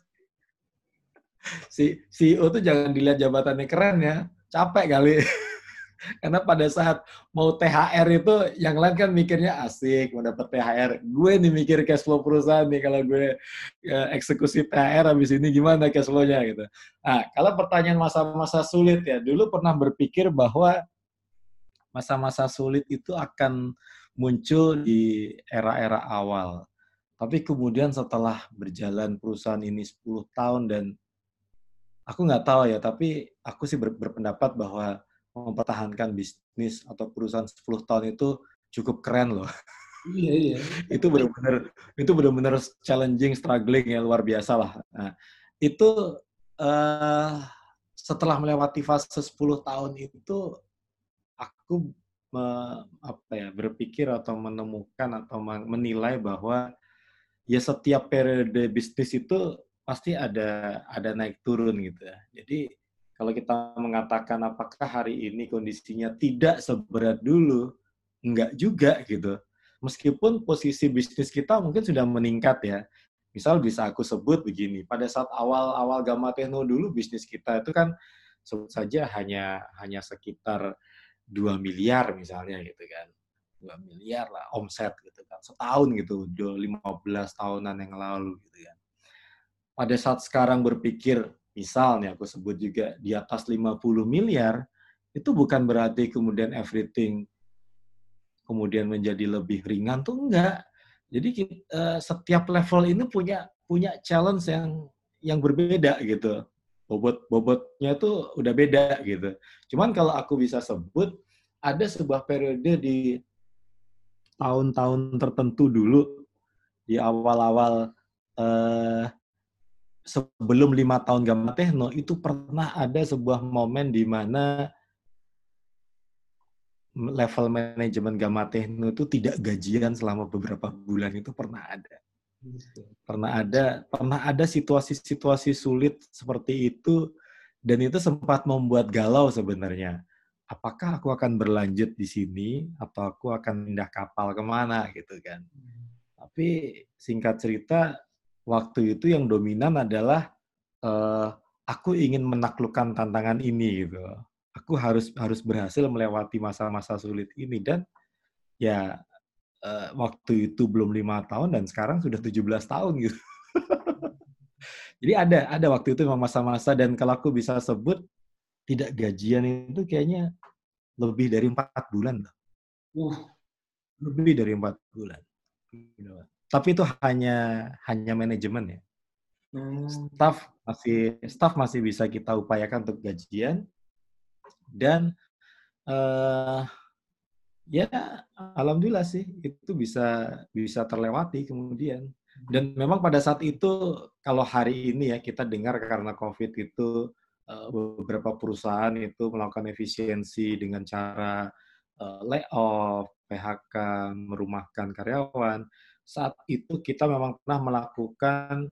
Si CEO tuh jangan dilihat jabatannya keren ya, capek kali. Karena pada saat mau THR itu, yang lain kan mikirnya asik, mau dapat THR. Gue nih mikir cash flow perusahaan nih, kalau gue eksekusi THR habis ini gimana cash flow-nya gitu. Nah, kalau pertanyaan masa-masa sulit ya, dulu pernah berpikir bahwa masa-masa sulit itu akan muncul di era-era awal. Tapi kemudian setelah berjalan perusahaan ini 10 tahun dan aku nggak tahu ya, tapi aku sih berpendapat bahwa mempertahankan bisnis atau perusahaan 10 tahun itu cukup keren loh. Iya, iya. itu benar-benar challenging, struggling ya, luar biasa lah. Nah, itu eh, setelah melewati fase 10 tahun itu aku berpikir atau menemukan atau menilai bahwa ya setiap periode bisnis itu pasti ada naik turun gitu ya. Jadi kalau kita mengatakan apakah hari ini kondisinya tidak seberat dulu, enggak juga gitu. Meskipun posisi bisnis kita mungkin sudah meningkat ya. Misal bisa aku sebut begini, pada saat awal-awal Gamma Techno dulu bisnis kita itu kan sebut saja hanya sekitar 2 miliar misalnya gitu kan. 2 miliar lah omset gitu kan. Setahun gitu, 15 tahunan yang lalu gitu kan. Pada saat sekarang berpikir, misalnya aku sebut juga di atas 50 miliar, itu bukan berarti kemudian everything kemudian menjadi lebih ringan tuh enggak. Jadi setiap level ini punya challenge yang berbeda gitu. Bobotnya tuh udah beda gitu. Cuman kalau aku bisa sebut ada sebuah periode di tahun-tahun tertentu dulu di awal-awal sebelum 5 tahun Gamma Techno itu pernah ada sebuah momen di mana level manajemen Gamma Techno itu tidak gajian selama beberapa bulan, itu pernah ada. Pernah ada situasi-situasi sulit seperti itu, dan itu sempat membuat galau sebenarnya. Apakah aku akan berlanjut di sini atau aku akan pindah kapal kemana gitu kan. Tapi singkat cerita, waktu itu yang dominan adalah aku ingin menaklukkan tantangan ini gitu. Aku harus berhasil melewati masa-masa sulit ini, dan ya waktu itu belum 5 tahun dan sekarang sudah 17 tahun gitu. Jadi ada waktu itu memang masa-masa, dan kalau aku bisa sebut tidak gajian itu kayaknya lebih dari 4 bulan loh. Lebih dari 4 bulan. Tapi itu hanya manajemen ya. Staff masih bisa kita upayakan untuk gajian, dan ya alhamdulillah sih itu bisa terlewati kemudian. Dan memang pada saat itu, kalau hari ini ya kita dengar karena COVID itu beberapa perusahaan itu melakukan efisiensi dengan cara layoff, PHK, merumahkan karyawan. Saat itu kita memang pernah melakukan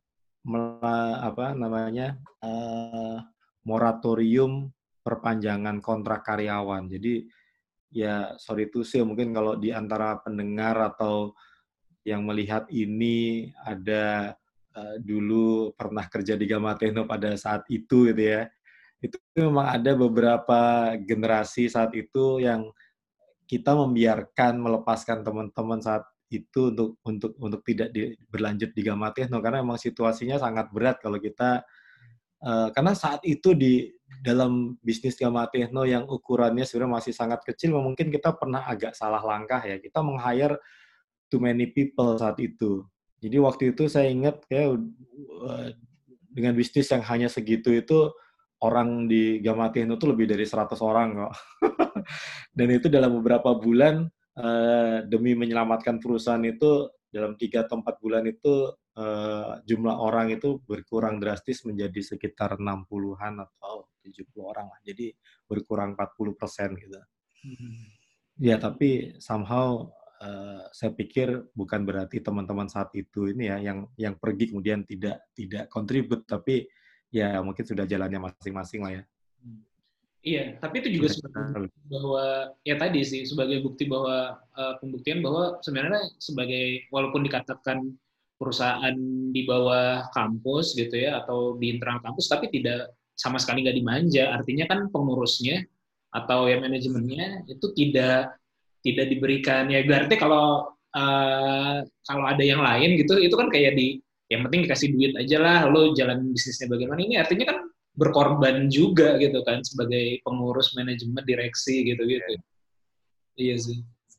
moratorium perpanjangan kontrak karyawan. Jadi ya sorry to say, mungkin kalau di antara pendengar atau yang melihat ini ada dulu pernah kerja di Gamma Techno pada saat itu gitu ya. Itu memang ada beberapa generasi saat itu yang kita membiarkan melepaskan teman-teman saat itu untuk tidak berlanjut di Gamma Techno, karena memang situasinya sangat berat kalau kita karena saat itu di dalam bisnis Gamma Techno yang ukurannya sebenarnya masih sangat kecil, mungkin kita pernah agak salah langkah ya, kita meng-hire too many people saat itu. Jadi waktu itu saya ingat kayak dengan bisnis yang hanya segitu itu, orang di Gamma Techno itu lebih dari 100 orang kok. Dan itu dalam beberapa bulan, demi menyelamatkan perusahaan itu, dalam 3 atau 4 bulan itu jumlah orang itu berkurang drastis menjadi sekitar 60-an atau 70 orang lah. Jadi berkurang 40% gitu. Ya, tapi somehow saya pikir bukan berarti teman-teman saat itu ini ya yang pergi kemudian tidak kontribut, tapi ya mungkin sudah jalannya masing-masing lah ya. Iya, tapi itu juga sebagai bukti bahwa ya tadi sih sebagai bukti bahwa pembuktian bahwa sebenarnya sebagai walaupun dikatakan perusahaan di bawah kampus gitu ya atau di internal kampus tapi tidak sama sekali nggak dimanja. Artinya kan pengurusnya atau ya manajemennya itu tidak diberikan ya berarti kalau ada yang lain gitu itu kan kayak yang penting dikasih duit aja lah lo jalan bisnisnya bagaimana ini artinya kan berkorban juga gitu kan sebagai pengurus manajemen direksi gitu iya sih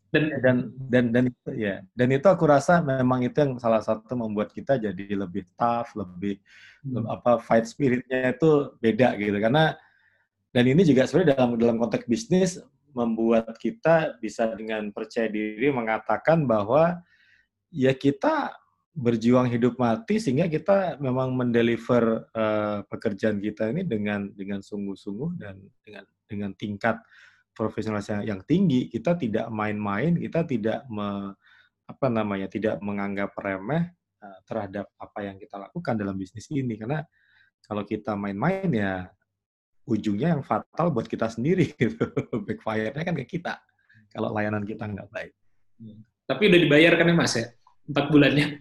dan itu aku rasa memang itu yang salah satu membuat kita jadi lebih tough, lebih fight spiritnya itu beda gitu karena dan ini juga sebenarnya dalam konteks bisnis membuat kita bisa dengan percaya diri mengatakan bahwa ya kita berjuang hidup mati sehingga kita memang mendeliver pekerjaan kita ini dengan sungguh-sungguh dan dengan tingkat profesionalitas yang tinggi. Kita tidak main-main, kita tidak tidak menganggap remeh terhadap apa yang kita lakukan dalam bisnis ini karena kalau kita main-main ya ujungnya yang fatal buat kita sendiri gitu. Backfire-nya kan ke kita kalau layanan kita nggak baik. Tapi udah dibayar kan ya Mas ya? 4 bulannya.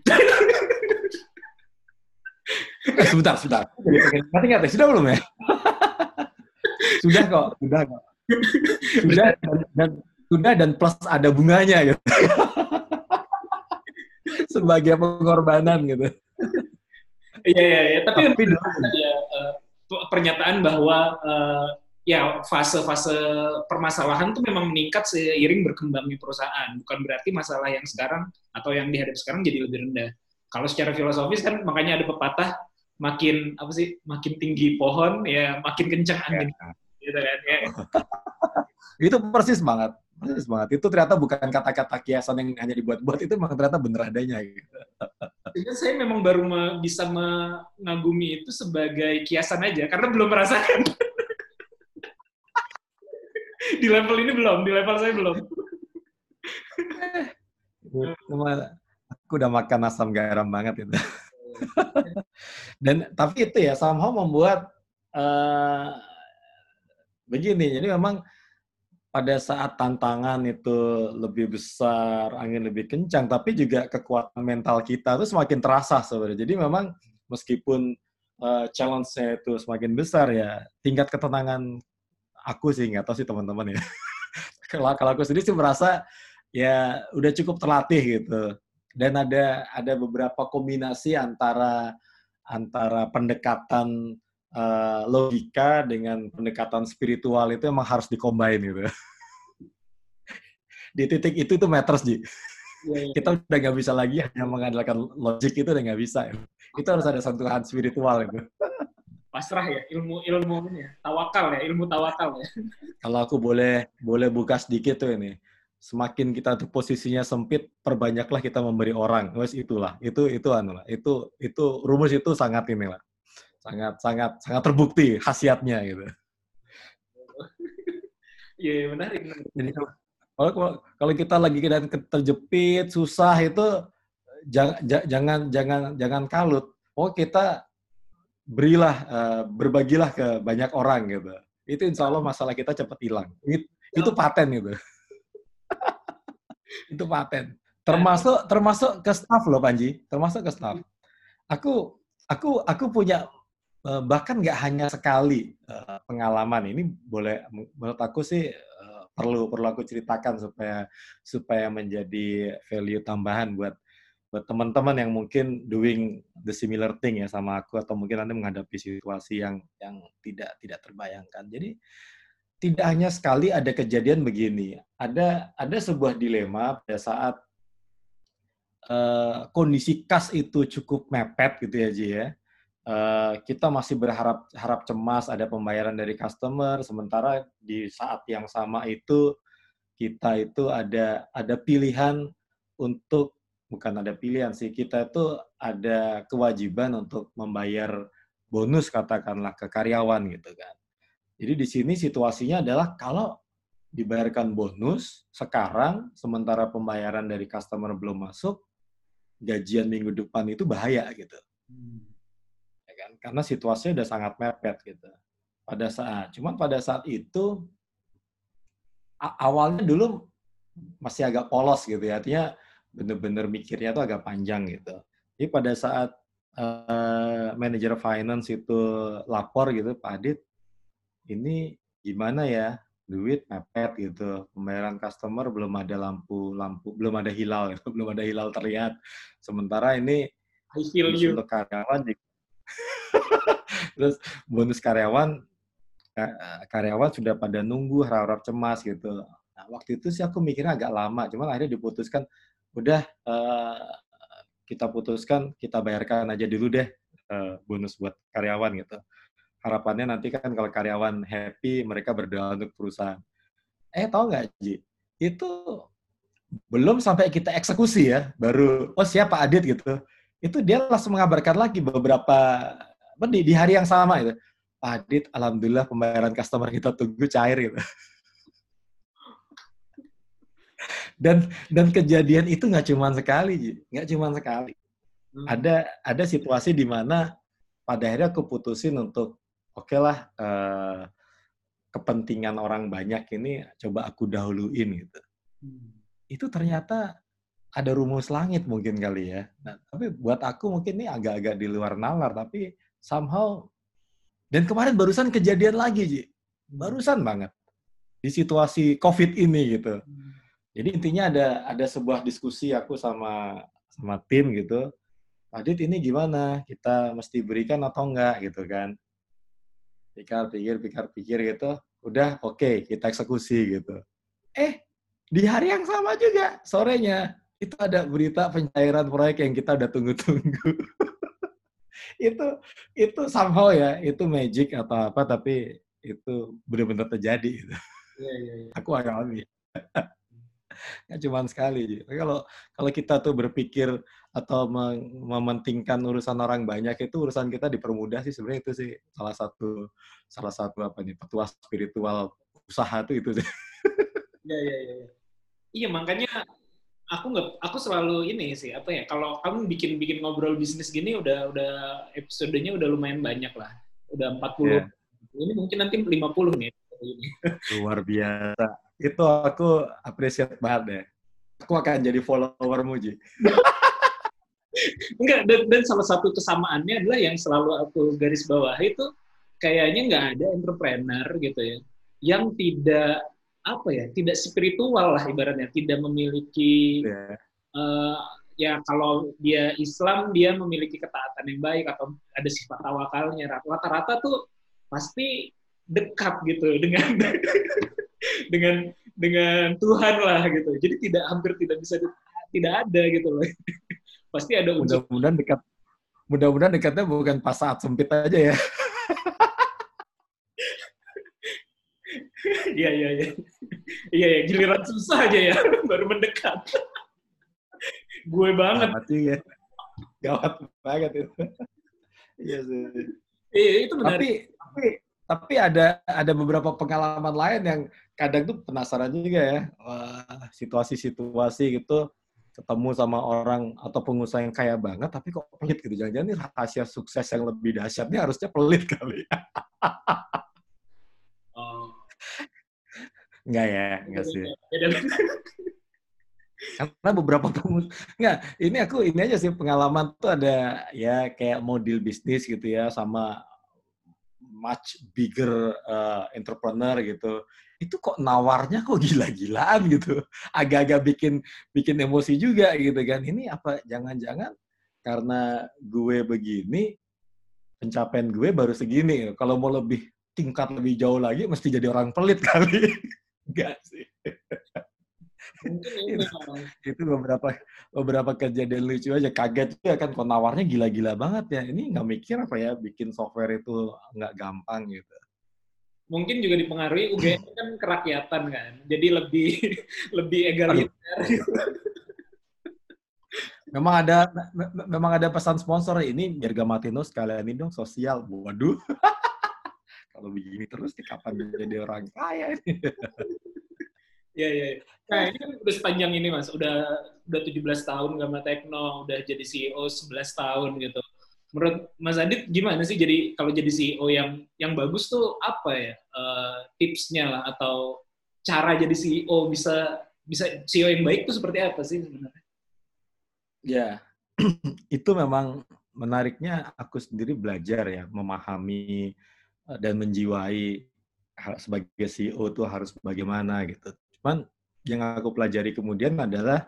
Sebentar. Nanti nggak sudah belum ya? Sudah kok. Sudah dan plus ada bunganya gitu. Sebagai pengorbanan gitu. Iya. Tapi pernyataan bahwa ya fase-fase permasalahan tuh memang meningkat seiring berkembangnya perusahaan. Bukan berarti masalah yang sekarang atau yang dihadapi sekarang jadi lebih rendah. Kalau secara filosofis kan makanya ada pepatah makin tinggi pohon ya makin kencang angin. Gitu kan ya. Itu persis banget. Itu ternyata bukan kata-kata kiasan yang hanya dibuat-buat, itu memang ternyata bener adanya gitu. Saya memang baru bisa mengagumi itu sebagai kiasan aja karena belum merasakan. Di level ini belum, di level saya belum. Aku udah makan asam garam banget itu. Dan tapi itu ya somehow membuat begini. Jadi memang pada saat tantangan itu lebih besar, angin lebih kencang, tapi juga kekuatan mental kita itu semakin terasa sebenarnya. Jadi memang meskipun challenge-nya itu semakin besar ya, tingkat ketenangan aku sih nggak tahu sih teman-teman ya. Kalau aku sendiri sih merasa ya udah cukup terlatih gitu. Dan ada beberapa kombinasi antara pendekatan logika dengan pendekatan spiritual itu emang harus dikombin gitu. Di titik itu tuh matters, Ji. Kita udah nggak bisa lagi hanya mengandalkan logik, itu udah nggak bisa. Itu harus ada sentuhan spiritual gitu. Pasrah ya, ilmu ini ya, ilmu tawakal ya. Kalau aku boleh buka sedikit tuh ini. Semakin kita tuh posisinya sempit, perbanyaklah kita memberi orang. Wes itulah. Itu rumus itu sangat inilah. Sangat terbukti khasiatnya gitu. Iya, menarik. Jadi kalau kita lagi terjepit, susah itu jangan kalut. Kita berbagilah ke banyak orang gitu. Itu insya Allah masalah kita cepat hilang. Itu paten gitu. Itu paten. Termasuk ke staff loh Panji. Termasuk ke staff. Aku punya bahkan nggak hanya sekali pengalaman ini boleh menurut aku sih perlu aku ceritakan supaya menjadi value tambahan buat teman-teman yang mungkin doing the similar thing ya sama aku atau mungkin nanti menghadapi situasi yang tidak terbayangkan. Jadi tidak hanya sekali ada kejadian begini. Ada sebuah dilema pada saat kondisi kas itu cukup mepet gitu ya Ji ya. Kita masih harap cemas ada pembayaran dari customer, sementara di saat yang sama itu kita itu ada pilihan untuk bukan ada pilihan sih, kita itu ada kewajiban untuk membayar bonus katakanlah ke karyawan gitu kan. Jadi di sini situasinya adalah kalau dibayarkan bonus sekarang, sementara pembayaran dari customer belum masuk, gajian minggu depan itu bahaya gitu. Ya kan? Karena situasinya udah sangat mepet gitu. Cuman pada saat itu awalnya dulu masih agak polos gitu ya, artinya bener-bener mikirnya tuh agak panjang gitu. Jadi pada saat manajer finance itu lapor gitu, Pak Adit, ini gimana ya, duit mepet gitu, pembayaran customer belum ada lampu, belum ada hilal, gitu. Belum ada hilal terlihat. Sementara ini I feel bonus you. untuk karyawan, terus bonus karyawan sudah pada nunggu, harap-harap cemas gitu. Nah, waktu itu sih aku mikirnya agak lama, cuman akhirnya diputuskan, udah kita putuskan, kita bayarkan aja dulu deh bonus buat karyawan gitu. Harapannya nanti kan kalau karyawan happy, mereka berdoa untuk perusahaan. Tahu nggak, Ji? Itu belum sampai kita eksekusi ya, baru, siapa Adit gitu. Itu dia langsung mengabarkan lagi di hari yang sama itu. Pak Adit, alhamdulillah pembayaran customer kita tunggu cair gitu. Dan kejadian itu nggak cuma sekali, Ji. Nggak cuma sekali. Ada situasi di mana pada akhirnya aku putusin untuk oke lah, kepentingan orang banyak ini coba aku dahuluin gitu. Itu ternyata ada rumus langit mungkin kali ya. Nah, tapi buat aku mungkin ini agak-agak di luar nalar, tapi somehow, dan kemarin barusan kejadian lagi, Ji. Barusan banget. Di situasi COVID ini gitu. Jadi intinya ada sebuah diskusi aku sama tim gitu. Adit, ini gimana? Kita mesti berikan atau enggak gitu kan? Pikir gitu. Udah, oke, kita eksekusi gitu. Di hari yang sama juga, sorenya, itu ada berita pencairan proyek yang kita udah tunggu-tunggu. itu somehow ya, itu magic atau apa, tapi itu benar-benar terjadi gitu. Iya. Aku alami. Nggak cuma sekali. Kalau kita tuh berpikir atau mementingkan urusan orang banyak, itu urusan kita dipermudah sih sebenarnya. Itu sih salah satu petua spiritual usaha itu sih. Iya. Iya, makanya aku selalu ini sih, kalau kamu bikin ngobrol bisnis gini udah episodenya udah lumayan banyak lah. Udah 40. Yeah. Ini mungkin nanti 50 nih. Luar biasa. Itu aku appreciate banget deh. Aku akan jadi follower-mu, Ji. Enggak, dan salah satu kesamaannya adalah yang selalu aku garis bawahi itu kayaknya nggak ada entrepreneur gitu ya yang tidak tidak spiritual lah ibaratnya, tidak memiliki ya kalau dia Islam dia memiliki ketaatan yang baik atau ada sifat tawakalnya. Rata-rata tuh pasti dekat gitu dengan Tuhan lah gitu. Jadi hampir tidak bisa tidak ada gitu loh. Pasti ada unsur. Mudah-mudahan dekatnya bukan pas saat sempit aja ya. Iya, giliran susah aja ya baru mendekat. Gue banget. Ya. Gawat banget itu. Iya sih. Iya, itu menarik. Tapi ada beberapa pengalaman lain yang kadang tuh penasaran juga ya. Situasi-situasi gitu, ketemu sama orang atau pengusaha yang kaya banget, tapi kok pelit gitu. Jangan-jangan ini rahasia sukses yang lebih dahsyatnya harusnya pelit kali. Enggak sih. Karena beberapa ini aja sih pengalaman tuh ada ya kayak model bisnis gitu ya, sama much bigger entrepreneur gitu. Itu kok nawarnya kok gila-gilaan gitu. Agak-agak bikin emosi juga gitu kan. Ini apa jangan-jangan karena gue begini, pencapaian gue baru segini. Kalau mau tingkat lebih jauh lagi mesti jadi orang pelit kali. Enggak sih. Itu beberapa kejadian lucu aja, kaget juga kan, kok nawarnya gila-gila banget ya. Ini nggak mikir apa ya bikin software itu nggak gampang gitu. Mungkin juga dipengaruhi UGM kan kerakyatan kan, jadi lebih egaliter. Memang ada pesan sponsor ini, Bergamatino sekalian ini dong sosial. Waduh. Kalau begini terus kapan jadi orang kaya ini? Iya, iya. Nah, ini kan udah sepanjang ini, Mas. Udah 17 tahun Gama Tekno, udah jadi CEO 11 tahun gitu. Menurut Mas Adit gimana sih jadi kalau jadi CEO yang bagus tuh apa ya? Tipsnya lah atau cara jadi CEO bisa bisa CEO yang baik tuh seperti apa sih sebenarnya? Ya, itu memang menariknya aku sendiri belajar ya, memahami dan menjiwai sebagai CEO itu harus bagaimana gitu. Cuman yang aku pelajari kemudian adalah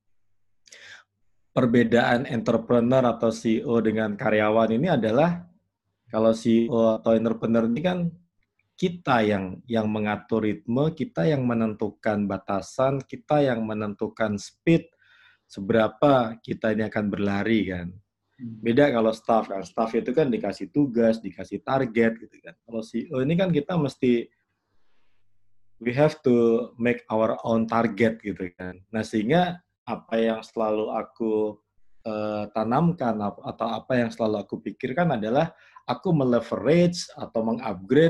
perbedaan entrepreneur atau CEO dengan karyawan ini adalah kalau CEO atau entrepreneur ini kan kita yang mengatur ritme, kita yang menentukan batasan, kita yang menentukan speed seberapa kita ini akan berlari kan. Beda kalau staff kan, staff itu kan dikasih tugas, dikasih target gitu kan. Kalau CEO ini kan kita mesti we have to make our own target gitu kan. Nah sehingga apa yang selalu aku tanamkan atau apa yang selalu aku pikirkan adalah aku meleverage atau mengupgrade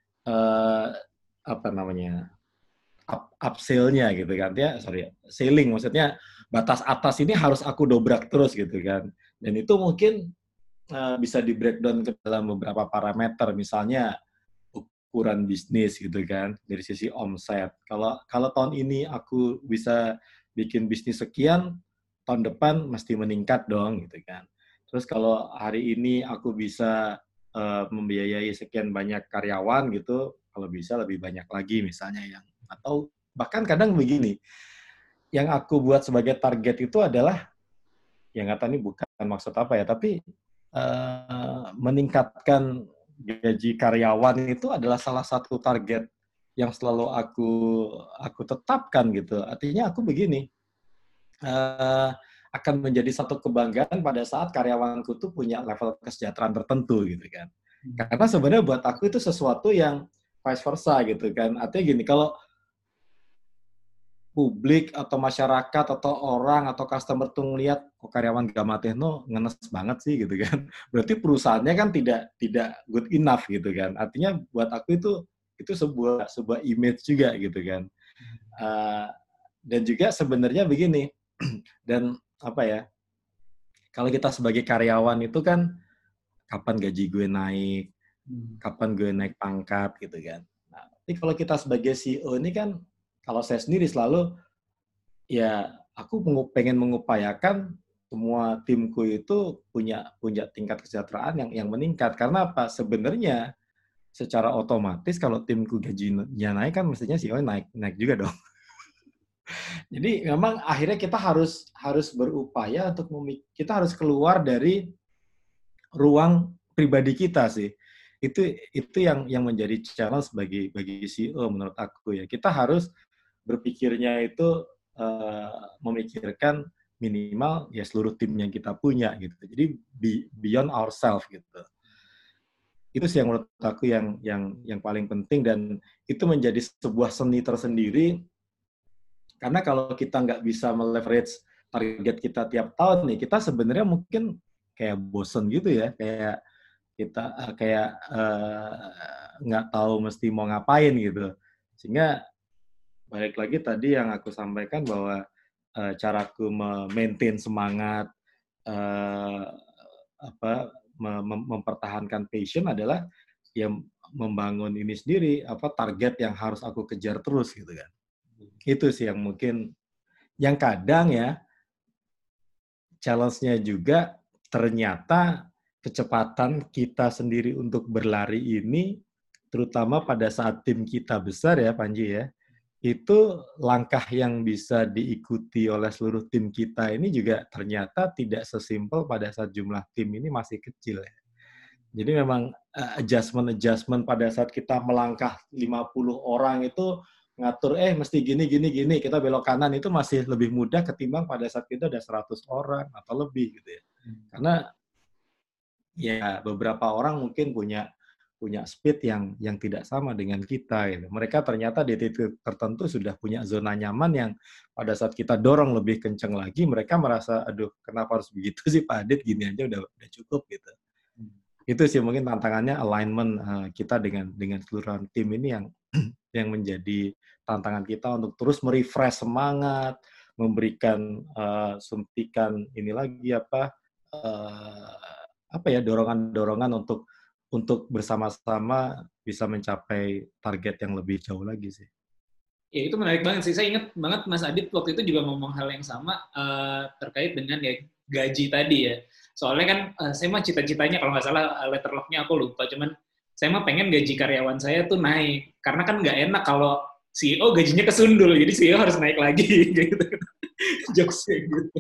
apa namanya upsell-nya gitu kan ya, selling maksudnya batas atas ini harus aku dobrak terus gitu kan. Dan itu mungkin bisa di breakdown ke dalam beberapa parameter, misalnya ukuran bisnis gitu kan, dari sisi omset. Kalau tahun ini aku bisa bikin bisnis sekian, tahun depan mesti meningkat dong gitu kan. Terus kalau hari ini aku bisa membiayai sekian banyak karyawan gitu, kalau bisa lebih banyak lagi misalnya yang, atau bahkan kadang begini, yang aku buat sebagai target itu adalah, yang kata ini bukan maksud apa ya, tapi meningkatkan gaji karyawan itu adalah salah satu target yang selalu aku tetapkan gitu. Artinya aku begini, akan menjadi satu kebanggaan pada saat karyawanku tuh punya level kesejahteraan tertentu gitu kan. Karena sebenarnya buat aku itu sesuatu yang vice versa gitu kan. Artinya gini, kalau publik atau masyarakat atau orang atau customer tuh ngelihat kok karyawan Gama Techno ngenes banget sih gitu kan. Berarti perusahaannya kan tidak good enough gitu kan. Artinya buat aku itu sebuah image juga gitu kan. Dan juga sebenarnya begini, dan apa ya, kalau kita sebagai karyawan itu kan kapan gaji gue naik, kapan gue naik pangkat gitu kan. Nah, tapi kalau kita sebagai CEO ini kan, kalau saya sendiri selalu ya aku pengen mengupayakan semua timku itu punya tingkat kesejahteraan yang meningkat. Karena apa? Sebenarnya secara otomatis kalau timku gajinya naik kan mestinya CEO naik juga dong. Jadi memang akhirnya kita harus berupaya untuk kita harus keluar dari ruang pribadi kita sih. Itu yang menjadi challenge bagi CEO menurut aku ya. Kita harus berpikirnya itu memikirkan minimal ya seluruh tim yang kita punya gitu. Jadi beyond ourselves gitu. Itu sih yang menurut aku yang paling penting, dan itu menjadi sebuah seni tersendiri. Karena kalau kita nggak bisa meleverage target kita tiap tahun nih, kita sebenarnya mungkin kayak bosen gitu ya, kayak kita nggak tahu mesti mau ngapain gitu. Sehingga balik lagi tadi yang aku sampaikan bahwa caraku memaintain semangat, mempertahankan passion adalah ya membangun ini sendiri, target yang harus aku kejar terus gitu kan. Itu sih yang mungkin, yang kadang ya challenge-nya juga ternyata kecepatan kita sendiri untuk berlari ini, terutama pada saat tim kita besar ya Panji ya, itu langkah yang bisa diikuti oleh seluruh tim kita ini juga ternyata tidak sesimpel pada saat jumlah tim ini masih kecil ya. Jadi memang adjustment pada saat kita melangkah 50 orang itu ngatur mesti gini, kita belok kanan itu masih lebih mudah ketimbang pada saat kita ada 100 orang atau lebih gitu ya. Karena ya beberapa orang mungkin punya speed yang tidak sama dengan kita gitu. Mereka ternyata di titik tertentu sudah punya zona nyaman yang pada saat kita dorong lebih kencang lagi, mereka merasa aduh kenapa harus begitu sih Pak Adit, gini aja udah cukup gitu. Itu sih mungkin tantangannya alignment kita dengan seluruh tim ini yang menjadi tantangan kita untuk terus merefresh semangat, memberikan suntikan ini lagi dorongan-dorongan untuk bersama-sama bisa mencapai target yang lebih jauh lagi sih. Ya itu menarik banget sih. Saya ingat banget Mas Adit waktu itu juga ngomong hal yang sama terkait dengan ya gaji tadi ya. Soalnya kan saya mah cita-citanya kalau nggak salah letter lock-nya aku lupa. Cuman saya mah pengen gaji karyawan saya tuh naik. Karena kan nggak enak kalau CEO gajinya kesundul. Jadi CEO harus naik lagi gitu. Jokesnya gitu.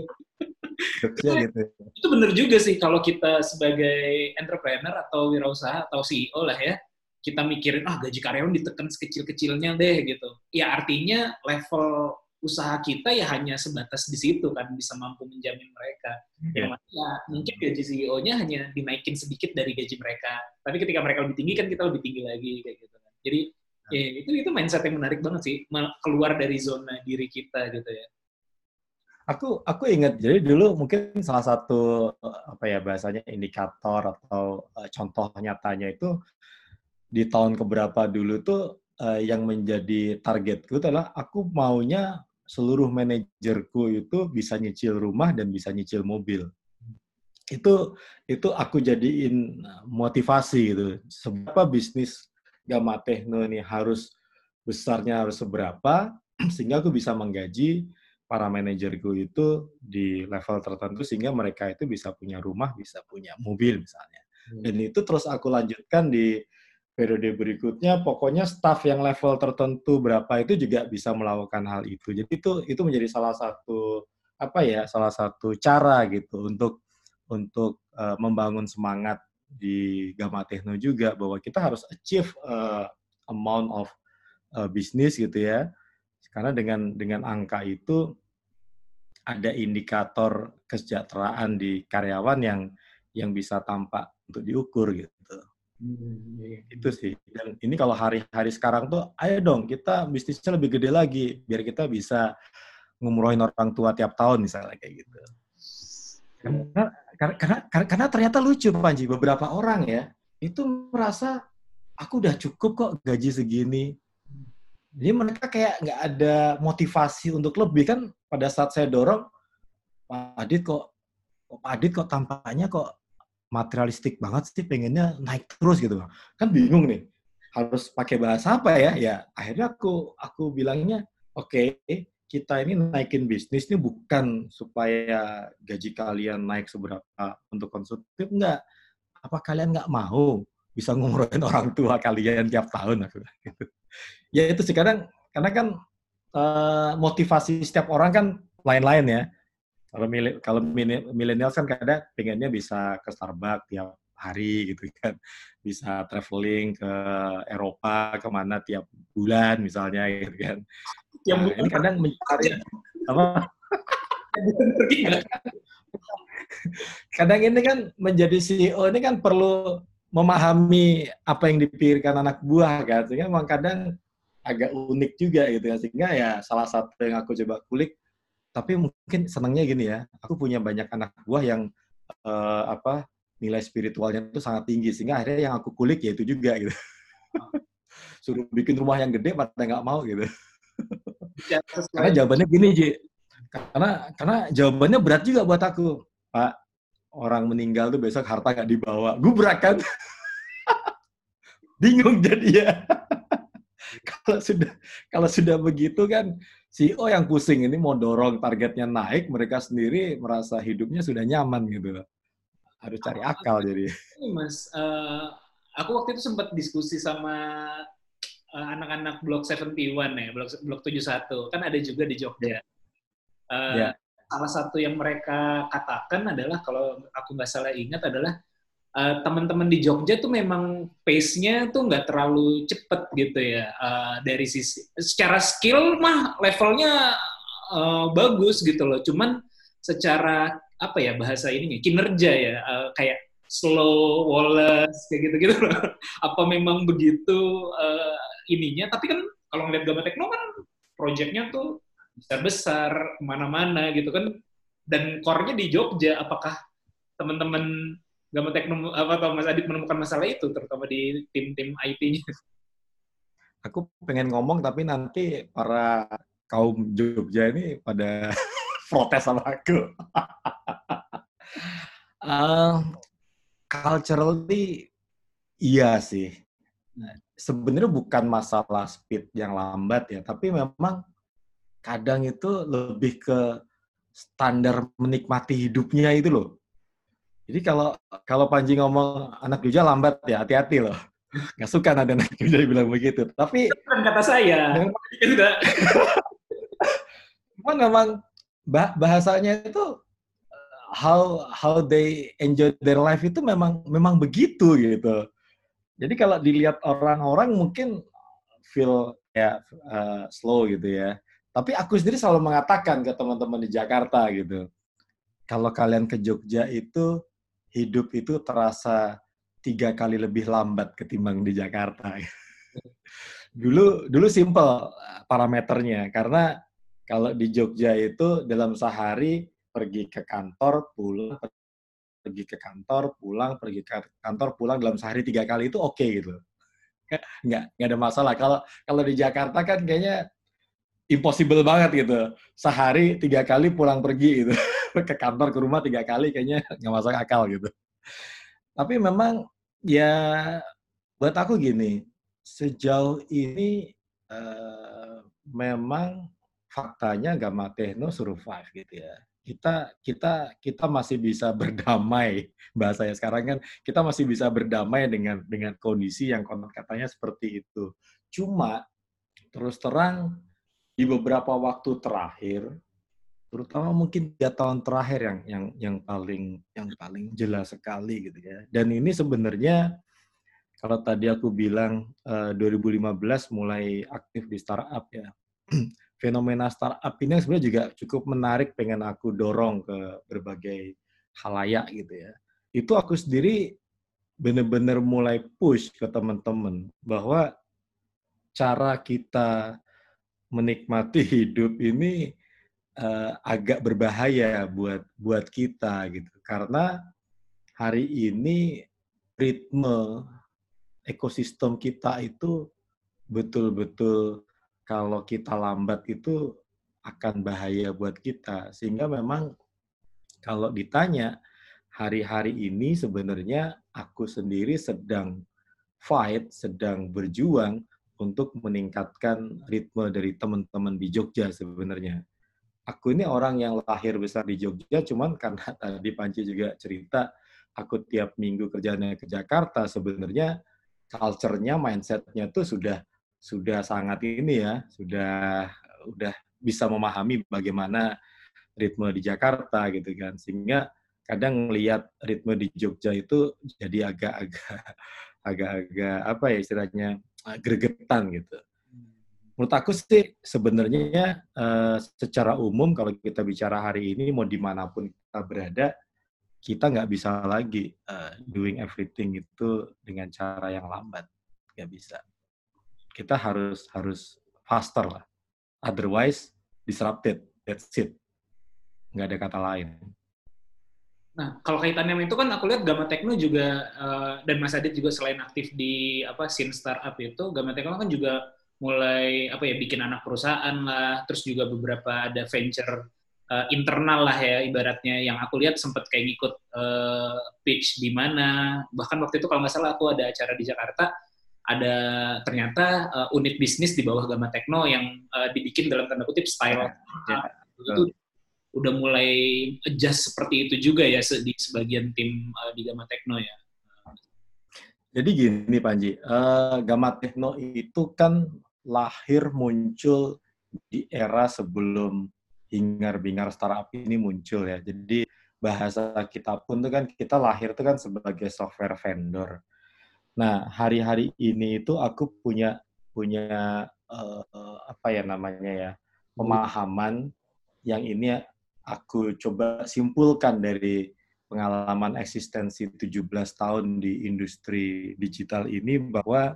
Itu bener juga sih kalau kita sebagai entrepreneur atau wirausaha atau CEO lah ya. Kita mikirin, gaji karyawan ditekan sekecil-kecilnya deh gitu. Ya artinya level usaha kita ya hanya sebatas di situ kan, bisa mampu menjamin mereka. Ya mungkin gaji CEO-nya hanya dinaikin sedikit dari gaji mereka. Tapi ketika mereka lebih tinggi kan kita lebih tinggi lagi kayak gitu kan. Jadi ya itu mindset yang menarik banget sih, keluar dari zona diri kita gitu ya. Aku ingat, jadi dulu mungkin salah satu bahasanya indikator atau contoh nyatanya itu di tahun keberapa dulu tuh yang menjadi targetku adalah aku maunya seluruh manajerku itu bisa nyicil rumah dan bisa nyicil mobil. Itu aku jadiin motivasi gitu. Seberapa bisnis Gamma Techno ini besarnya harus seberapa sehingga aku bisa menggaji para manajerku itu di level tertentu sehingga mereka itu bisa punya rumah, bisa punya mobil misalnya. Dan itu terus aku lanjutkan di periode berikutnya, pokoknya staff yang level tertentu berapa itu juga bisa melakukan hal itu. Jadi itu menjadi salah satu cara gitu untuk membangun semangat di Gamma Techno juga bahwa kita harus achieve amount of business gitu ya. Karena dengan angka itu ada indikator kesejahteraan di karyawan yang bisa tampak untuk diukur gitu. Itu sih. Dan ini kalau hari-hari sekarang tuh, ayo dong kita bisnisnya lebih gede lagi biar kita bisa ngumrohin orang tua tiap tahun misalnya kayak gitu. Karena ternyata lucu Panji, beberapa orang ya itu merasa aku udah cukup kok gaji segini. Jadi mereka kayak nggak ada motivasi untuk lebih kan. Pada saat saya dorong, Pak Adit kok tampaknya kok materialistik banget sih, pengennya naik terus gitu. Kan bingung nih, harus pakai bahasa apa ya? Ya akhirnya aku bilangnya, oke, kita ini naikin bisnis ini bukan supaya gaji kalian naik seberapa untuk konsumtif, enggak. Apa kalian nggak mau bisa ngumrohin orang tua kalian tiap tahun? Aku gitu. Ya itu sih karena kan motivasi setiap orang kan lain-lain ya. Kalau milenial kan kadang pengennya bisa ke Starbucks tiap hari gitu kan, bisa traveling ke Eropa kemana tiap bulan misalnya gitu kan. Nah, ini kadang mencari apa? Kadang ini kan menjadi CEO ini kan perlu memahami apa yang dipikirkan anak buah kan, sehingga memang kadang agak unik juga gitu ya. Sehingga ya salah satu yang aku coba kulik. Tapi mungkin senangnya gini ya, aku punya banyak anak buah yang nilai spiritualnya itu sangat tinggi, sehingga akhirnya yang aku kulik ya itu juga gitu. Suruh bikin rumah yang gede pada nggak mau gitu. Karena jawabannya gini Ji, karena jawabannya berat juga buat aku, Pak. Orang meninggal tuh besok harta nggak dibawa, gubrak kan? Bingung jadi ya. Kalau sudah begitu kan CEO yang pusing ini mau dorong targetnya naik, mereka sendiri merasa hidupnya sudah nyaman gitu. Harus cari akal jadi. Ini Mas, aku waktu itu sempat diskusi sama anak-anak Blok 71 ya, Blok 71. Kan ada juga di Jogja. Salah satu yang mereka katakan adalah, kalau aku nggak salah ingat adalah, teman-teman di Jogja tuh memang pace-nya tuh nggak terlalu cepet gitu ya. Dari sisi secara skill mah levelnya bagus gitu loh. Cuman secara apa ya bahasa ininya, kinerja ya, kayak slow, woles kayak gitu-gitu loh. Apa memang begitu ininya? Tapi kan kalau ngeliat Gamma Techno kan project-nya tuh besar-besar kemana-mana gitu kan. Dan core-nya di Jogja. Apakah teman-teman Gamma Techno atau Mas Adit menemukan masalah itu, terutama di tim-tim IT-nya? aku pengen ngomong tapi nanti para kaum Jogja ini pada protes sama aku. Uh, Culturally, iya sih. Sebenarnya bukan masalah speed yang lambat ya, tapi memang kadang itu lebih ke standar menikmati hidupnya itu loh. Jadi kalau Panji ngomong anak Jogja lambat ya, hati-hati loh. Nggak suka ada anak Jogja bilang begitu. Tapi Bukan kata saya. memang bahasanya itu how they enjoy their life itu memang begitu gitu. Jadi kalau dilihat orang-orang mungkin feel ya slow gitu ya. Tapi aku sendiri selalu mengatakan ke teman-teman di Jakarta gitu, kalau kalian ke Jogja itu hidup itu terasa 3 kali lebih lambat ketimbang di Jakarta. Dulu simple parameternya, karena kalau di Jogja itu dalam sehari pergi ke kantor, pulang, pergi ke kantor, pulang, pergi ke kantor, pulang dalam sehari 3 kali itu oke gitu. Nggak ada masalah. Kalau di Jakarta kan kayaknya impossible banget gitu. Sehari 3 kali pulang pergi gitu. Ke kantor, ke rumah 3 kali kayaknya nggak masuk akal gitu. Tapi memang ya buat aku gini, sejauh ini memang faktanya Gamma Techno survive gitu ya. Kita masih bisa berdamai, bahasanya sekarang kan kita masih bisa berdamai dengan kondisi yang konon katanya seperti itu. Cuma terus terang di beberapa waktu terakhir, terutama mungkin 3 tahun terakhir yang paling jelas sekali gitu ya. Dan ini sebenarnya kalau tadi aku bilang 2015 mulai aktif di startup ya. Fenomena startup ini sebenarnya juga cukup menarik, pengen aku dorong ke berbagai khalayak gitu ya. Itu aku sendiri benar-benar mulai push ke teman-teman bahwa cara kita menikmati hidup ini agak berbahaya buat kita gitu. Karena hari ini ritme ekosistem kita itu betul-betul kalau kita lambat itu akan bahaya buat kita. Sehingga memang kalau ditanya hari-hari ini sebenarnya aku sendiri sedang fight, sedang berjuang untuk meningkatkan ritme dari teman-teman di Jogja sebenarnya. Aku ini orang yang lahir besar di Jogja, cuman karena tadi Panci juga cerita, aku tiap minggu kerjanya ke Jakarta, sebenarnya culture-nya, mindset-nya tuh sudah sangat ini ya, udah bisa memahami bagaimana ritme di Jakarta gitu kan. Sehingga kadang melihat ritme di Jogja itu jadi agak-agak apa ya istilahnya, gregetan gitu. Menurut aku sih sebenarnya secara umum kalau kita bicara hari ini mau dimanapun kita berada, kita nggak bisa lagi doing everything itu dengan cara yang lambat, nggak bisa. Kita harus faster lah, otherwise disrupted, that's it, nggak ada kata lain. Nah, kalau kaitannya itu kan aku lihat Gamma Techno juga dan Mas Adit juga selain aktif di scene startup itu, Gamma Techno kan juga mulai bikin anak perusahaan lah, terus juga beberapa ada venture internal lah ya ibaratnya, yang aku lihat sempat kayak ngikut pitch di mana, bahkan waktu itu kalau nggak salah aku ada acara di Jakarta, ada ternyata unit bisnis di bawah Gamma Techno yang dibikin dalam tanda kutip style. Itu udah mulai adjust seperti itu juga ya di sebagian tim di Gamma Techno ya. Jadi gini Panji, Gamma Techno itu kan lahir muncul di era sebelum hingar-bingar startup ini muncul ya. Jadi bahasa kita pun tuh kan kita lahir tuh kan sebagai software vendor. Nah, hari-hari ini itu aku punya apa ya namanya ya, pemahaman yang ini aku coba simpulkan dari pengalaman eksistensi 17 tahun di industri digital ini, bahwa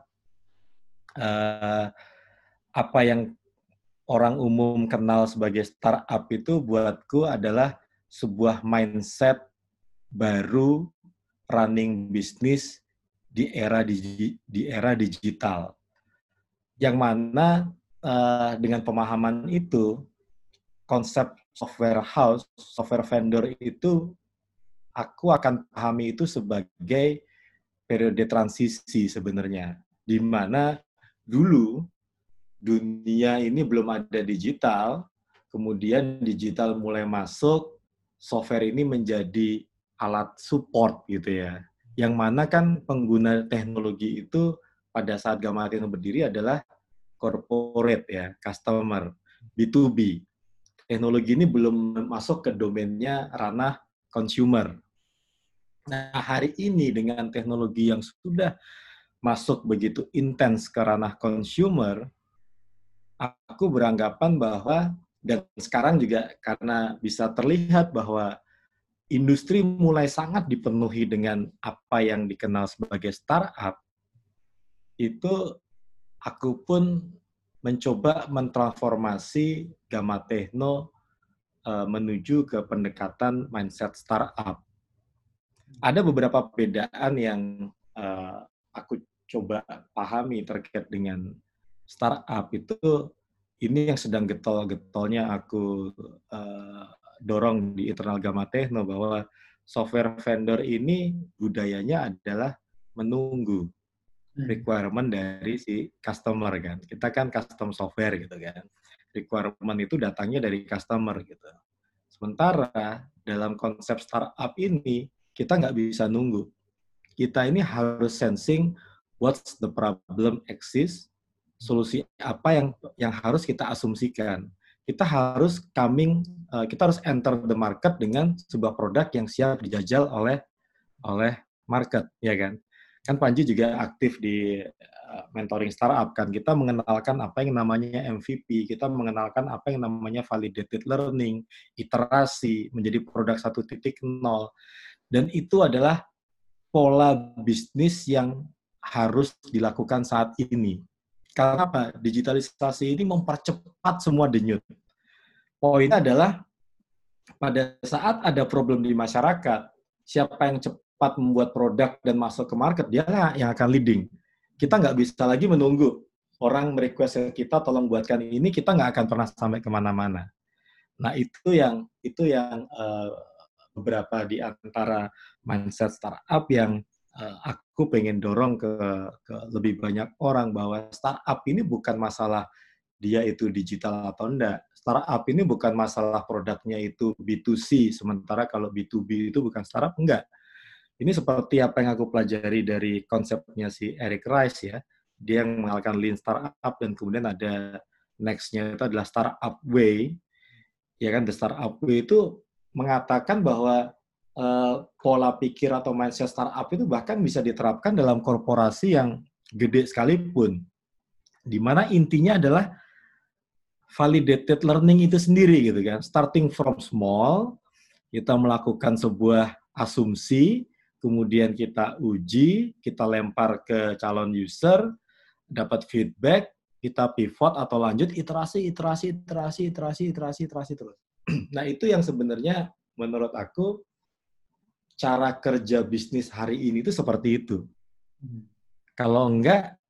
apa yang orang umum kenal sebagai startup itu buatku adalah sebuah mindset baru running bisnis di era digital. yang mana dengan pemahaman itu, konsep software house, software vendor itu, aku akan pahami itu sebagai periode transisi sebenarnya, di mana dulu dunia ini belum ada digital, kemudian digital mulai masuk, software ini menjadi alat support gitu ya. Yang mana kan pengguna teknologi itu pada saat Gamma Techno berdiri adalah corporate ya, customer, B2B. Teknologi ini belum masuk ke domainnya ranah consumer. Nah, hari ini dengan teknologi yang sudah masuk begitu intens ke ranah consumer, aku beranggapan bahwa, dan sekarang juga karena bisa terlihat bahwa industri mulai sangat dipenuhi dengan apa yang dikenal sebagai startup, itu aku pun mencoba mentransformasi Gamma Techno menuju ke pendekatan mindset startup. Ada beberapa perbedaan yang aku coba pahami terkait dengan startup itu, ini yang sedang getol-getolnya aku dorong di internal Gamma Techno, bahwa software vendor ini budayanya adalah menunggu requirement dari si customer kan. Kita kan custom software gitu kan. Requirement itu datangnya dari customer gitu. Sementara dalam konsep startup ini, kita nggak bisa nunggu. Kita ini harus sensing what's the problem exists, solusi apa yang harus kita asumsikan. Kita harus kita harus enter the market dengan sebuah produk yang siap dijajal oleh market, ya kan? Kan Panji juga aktif di mentoring startup kan. Kita mengenalkan apa yang namanya MVP, kita mengenalkan apa yang namanya validated learning, iterasi menjadi produk 1.0, dan itu adalah pola bisnis yang harus dilakukan saat ini. Karena apa? Digitalisasi ini mempercepat semua denyut. Poinnya adalah pada saat ada problem di masyarakat, siapa yang cepat membuat produk dan masuk ke market, dialah yang akan leading. Kita nggak bisa lagi menunggu orang merequest kita, tolong buatkan ini, kita nggak akan pernah sampai kemana-mana. Nah, itu yang beberapa di antara mindset startup yang aku pengen dorong ke lebih banyak orang, bahwa startup ini bukan masalah dia itu digital atau enggak. Startup ini bukan masalah produknya itu B2C, sementara kalau B2B itu bukan startup, enggak. Ini seperti apa yang aku pelajari dari konsepnya si Eric Rice ya. Dia yang mengenalkan Lean Startup, dan kemudian ada next-nya itu adalah Startup Way. Ya kan, The Startup Way itu mengatakan bahwa pola pikir atau mindset startup itu bahkan bisa diterapkan dalam korporasi yang gede sekalipun. Di mana intinya adalah validated learning itu sendiri gitu kan. Starting from small, kita melakukan sebuah asumsi, kemudian kita uji, kita lempar ke calon user, dapat feedback, kita pivot atau lanjut iterasi terus. Nah, itu yang sebenarnya menurut aku cara kerja bisnis hari ini itu seperti itu. Kalau enggak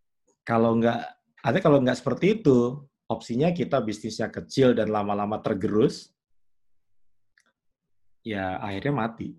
seperti itu, opsinya kita bisnisnya kecil dan lama-lama tergerus, ya akhirnya mati.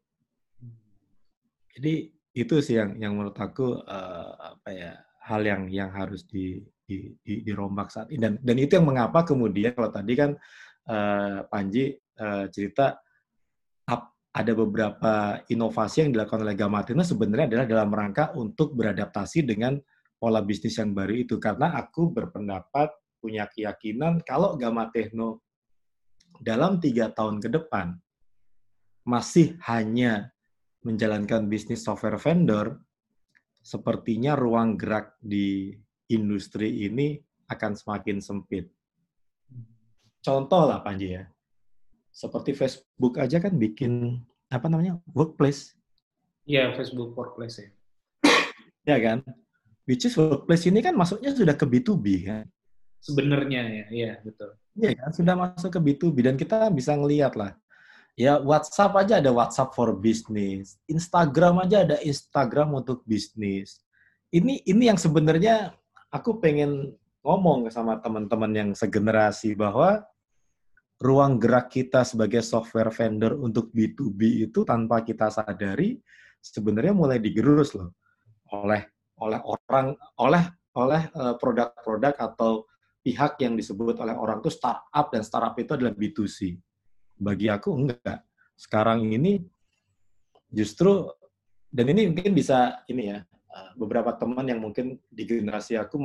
Jadi itu sih yang menurut aku hal yang harus dirombak saat ini, dan itu yang mengapa kemudian kalau tadi kan Panji cerita ada beberapa inovasi yang dilakukan oleh Gamma Techno sebenarnya adalah dalam rangka untuk beradaptasi dengan pola bisnis yang baru itu, karena aku berpendapat, punya keyakinan kalau Gamma Techno dalam 3 tahun ke depan masih hanya menjalankan bisnis software vendor, sepertinya ruang gerak di industri ini akan semakin sempit. Contoh lah Panji ya, seperti Facebook aja kan bikin workplace. Iya, Facebook Workplace ya. Ya kan? Which is workplace ini kan masuknya sudah ke B2B kan? Sebenarnya ya, iya betul. Iya kan, sudah masuk ke B2B, dan kita bisa ngelihat lah. Ya, WhatsApp aja ada WhatsApp for business, Instagram aja ada Instagram untuk bisnis. Ini yang sebenarnya aku pengen ngomong sama teman-teman yang segenerasi bahwa ruang gerak kita sebagai software vendor untuk B2B itu tanpa kita sadari sebenarnya mulai digerus loh oleh orang produk-produk atau pihak yang disebut oleh orang itu startup, dan startup itu adalah B2C. Bagi aku enggak. Sekarang ini justru, dan ini mungkin bisa ini ya, beberapa teman yang mungkin di generasi aku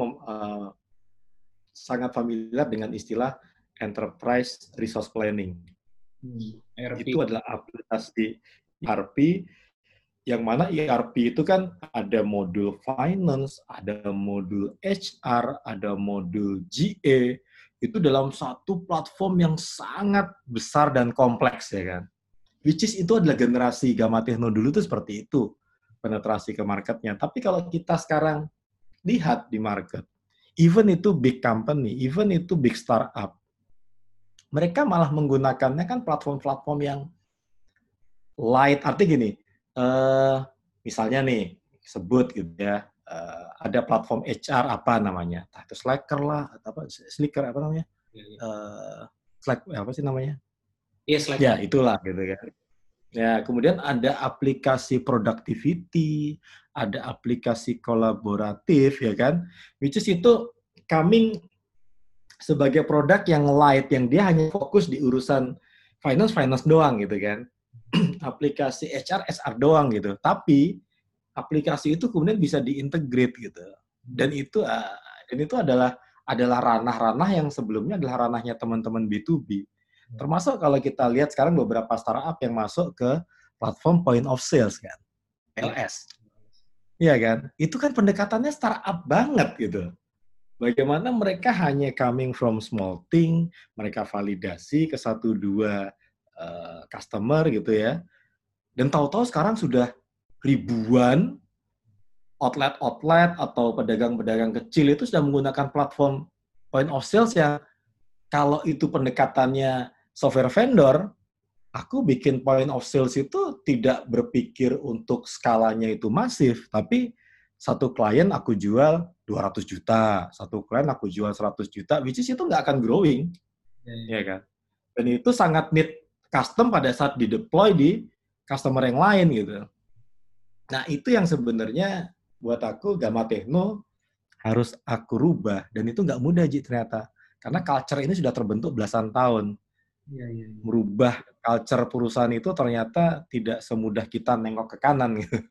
sangat familiar dengan istilah Enterprise Resource Planning. ERP. Itu adalah aplikasi ERP, yang mana ERP itu kan ada modul finance, ada modul HR, ada modul GA, itu dalam satu platform yang sangat besar dan kompleks ya kan. Which is itu adalah generasi Gamma Techno dulu itu seperti itu, penetrasi ke marketnya. Tapi kalau kita sekarang lihat di market, even itu big company, even itu big startup, mereka malah menggunakannya kan platform-platform yang light. Artinya gini, misalnya nih, sebut gitu ya, ada platform HR apa namanya, itu Slacker lah, atau apa, Slacker apa namanya, Slack apa sih namanya? Yes, like Ya itulah gitu kan. Ya kemudian ada aplikasi productivity, ada aplikasi kolaboratif ya kan, which is itu coming sebagai produk yang light, yang dia hanya fokus di urusan finance doang gitu kan. Aplikasi HR doang gitu. Tapi aplikasi itu kemudian bisa diintegrate gitu. Dan itu adalah ranah-ranah yang sebelumnya adalah ranahnya teman-teman B2B. Termasuk kalau kita lihat sekarang beberapa startup yang masuk ke platform point of sales kan. LS. Iya kan? Itu kan pendekatannya startup banget gitu. Bagaimana mereka hanya coming from small thing, mereka validasi ke 1-2 customer gitu ya. Dan tahu-tahu sekarang sudah ribuan outlet atau pedagang-pedagang kecil itu sudah menggunakan platform point of sales yang kalau itu pendekatannya software vendor, aku bikin point of sales itu tidak berpikir untuk skalanya itu masif, tapi satu klien aku jual 200 juta, satu klien aku jual 100 juta, which is itu nggak akan growing, ya kan? Dan itu sangat need custom pada saat di-deploy di customer yang lain gitu. Nah, itu yang sebenarnya buat aku Gamma Techno harus aku rubah, dan itu nggak mudah, Ji, ternyata. Karena culture ini sudah terbentuk belasan tahun. Merubah culture perusahaan itu ternyata tidak semudah kita nengok ke kanan gitu.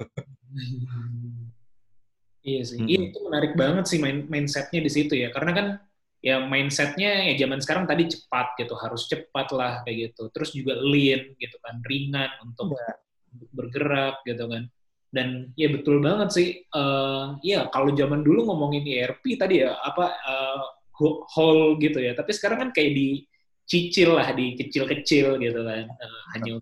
Iya sih, itu menarik banget sih mindset-nya di situ ya, karena kan ya mindset-nya ya zaman sekarang tadi cepat gitu, harus cepat lah kayak gitu, terus juga lean gitu kan, ringan untuk bergerak gitu kan, dan ya betul banget sih, ya kalau zaman dulu ngomongin ERP tadi ya apa whole gitu ya, tapi sekarang kan kayak dicicil lah, di kecil-kecil gitu kan, hanya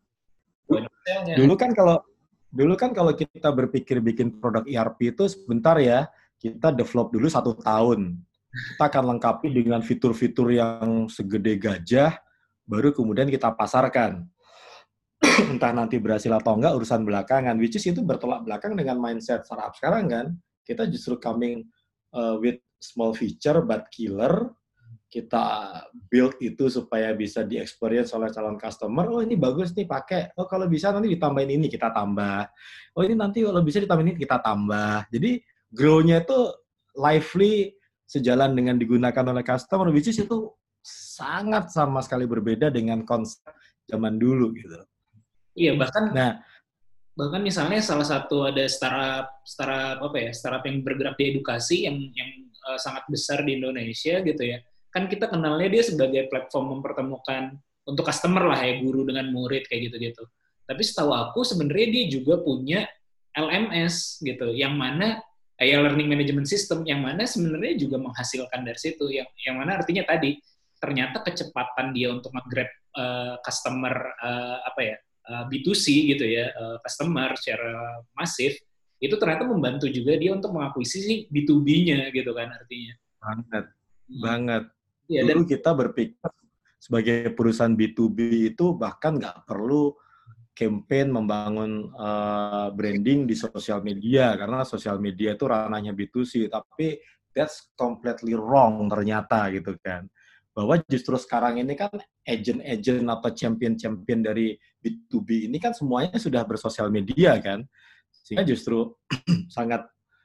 Dulu kan kalau kita berpikir bikin produk ERP itu sebentar ya, kita develop dulu 1 tahun. Kita akan lengkapi dengan fitur-fitur yang segede gajah, baru kemudian kita pasarkan. Entah nanti berhasil atau enggak urusan belakangan, which is itu bertolak belakang dengan mindset startup sekarang kan. Kita justru coming with small feature but killer. Kita build itu supaya bisa di-experience oleh calon customer. Oh, ini bagus nih, pakai. Oh, kalau bisa nanti ditambahin ini, kita tambah. Oh, ini nanti kalau bisa ditambahin ini, kita tambah. Jadi, grow-nya itu lively, sejalan dengan digunakan oleh customer, which is itu sangat sama sekali berbeda dengan konsep zaman dulu, gitu. Iya, bahkan misalnya salah satu ada startup yang bergerak di edukasi yang sangat besar di Indonesia gitu ya. Kan kita kenalnya dia sebagai platform mempertemukan untuk customer lah ya, guru dengan murid kayak gitu-gitu. Tapi setahu aku sebenarnya dia juga punya LMS gitu, yang mana learning management system, yang mana sebenarnya juga menghasilkan dari situ, yang mana artinya tadi ternyata kecepatan dia untuk nge-grab customer B2C gitu ya, customer secara masif, itu ternyata membantu juga dia untuk mengakuisisi B2B-nya gitu kan artinya. Banget. Ya, dulu kita berpikir sebagai perusahaan B2B itu bahkan nggak perlu campaign membangun branding di sosial media, karena sosial media itu ranahnya B2C, tapi that's completely wrong ternyata gitu kan. Bahwa justru sekarang ini kan agent-agent atau champion-champion dari B2B ini kan semuanya sudah bersosial media kan. Sehingga justru sangat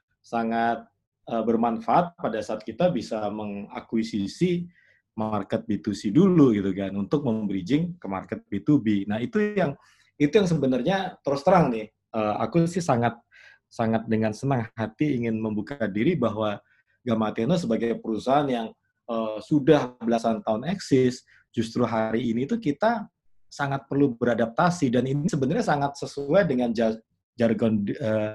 bermanfaat pada saat kita bisa mengakuisisi market B2C dulu gitu kan untuk membridging ke market B2B. Nah, itu yang sebenarnya terus terang nih, aku sih sangat dengan senang hati ingin membuka diri bahwa Gamma Techno sebagai perusahaan yang sudah belasan tahun eksis, justru hari ini tuh kita sangat perlu beradaptasi, dan ini sebenarnya sangat sesuai dengan jargon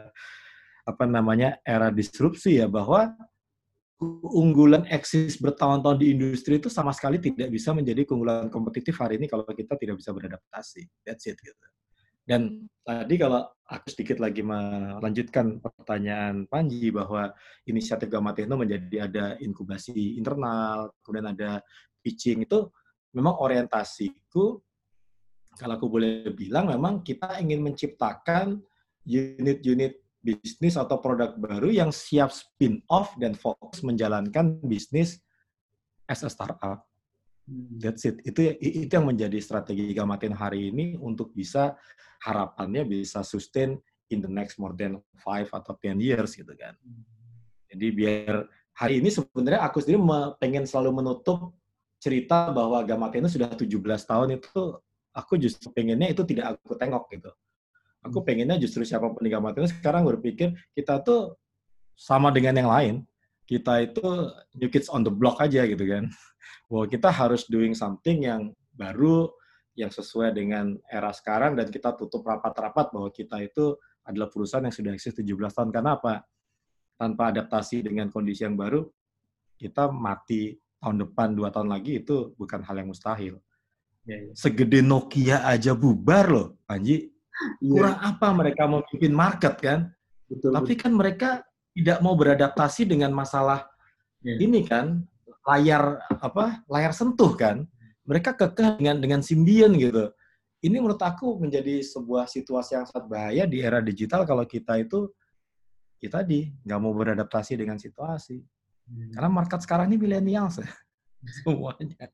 era disrupsi ya, bahwa keunggulan eksis bertahun-tahun di industri itu sama sekali tidak bisa menjadi keunggulan kompetitif hari ini kalau kita tidak bisa beradaptasi. That's it gitu. Dan tadi kalau aku sedikit lagi melanjutkan pertanyaan Panji bahwa inisiatif Gamma Techno menjadi ada inkubasi internal, kemudian ada pitching, itu memang orientasiku, kalau aku boleh bilang, memang kita ingin menciptakan unit-unit bisnis atau produk baru yang siap spin-off dan fokus menjalankan bisnis as a startup. That's it. Itu yang menjadi strategi Gamma Techno hari ini untuk bisa, harapannya bisa sustain in the next more than 5 atau 10 years gitu kan. Jadi biar hari ini sebenarnya aku sendiri pengen selalu menutup cerita bahwa Gamma Techno sudah 17 tahun itu, aku justru pengennya itu tidak aku tengok gitu. Aku pengennya justru siapapun di Gamma Techno sekarang berpikir kita tuh sama dengan yang lain. Kita itu new kids on the block aja gitu kan. Bahwa kita harus doing something yang baru, yang sesuai dengan era sekarang, dan kita tutup rapat-rapat bahwa kita itu adalah perusahaan yang sudah eksis 17 tahun. Karena apa? Tanpa adaptasi dengan kondisi yang baru, kita mati tahun depan, 2 tahun lagi, itu bukan hal yang mustahil. Segede Nokia aja bubar loh, Panji. Kurang apa mereka memimpin market kan? Betul, tapi kan mereka tidak mau beradaptasi dengan masalah ini kan, layar sentuh kan. Mereka kekeh dengan Symbian gitu. Ini menurut aku menjadi sebuah situasi yang sangat bahaya di era digital kalau kita itu nggak mau beradaptasi dengan situasi. Karena market sekarang ini milenial semuanya.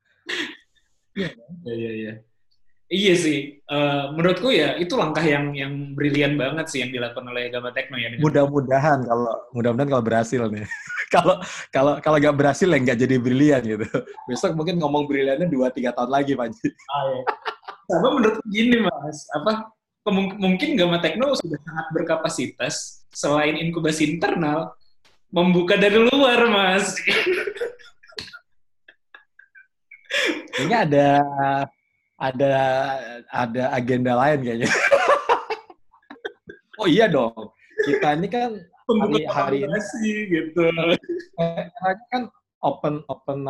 Iya. Iya sih, menurutku ya itu langkah yang brilian banget sih yang dilakukan oleh Gamma Techno ya. Mudah-mudahan kalau berhasil nih. kalau nggak berhasil ya nggak jadi brilian gitu. Besok mungkin ngomong briliannya 2-3 tahun lagi, Panji. Ya. Sama menurutku gini Mas, mungkin Gamma Techno sudah sangat berkapasitas selain inkubasi internal membuka dari luar, Mas. Ini ada agenda lain kayaknya. Oh iya dong. Kita ini kan hari ini gitu. Kan open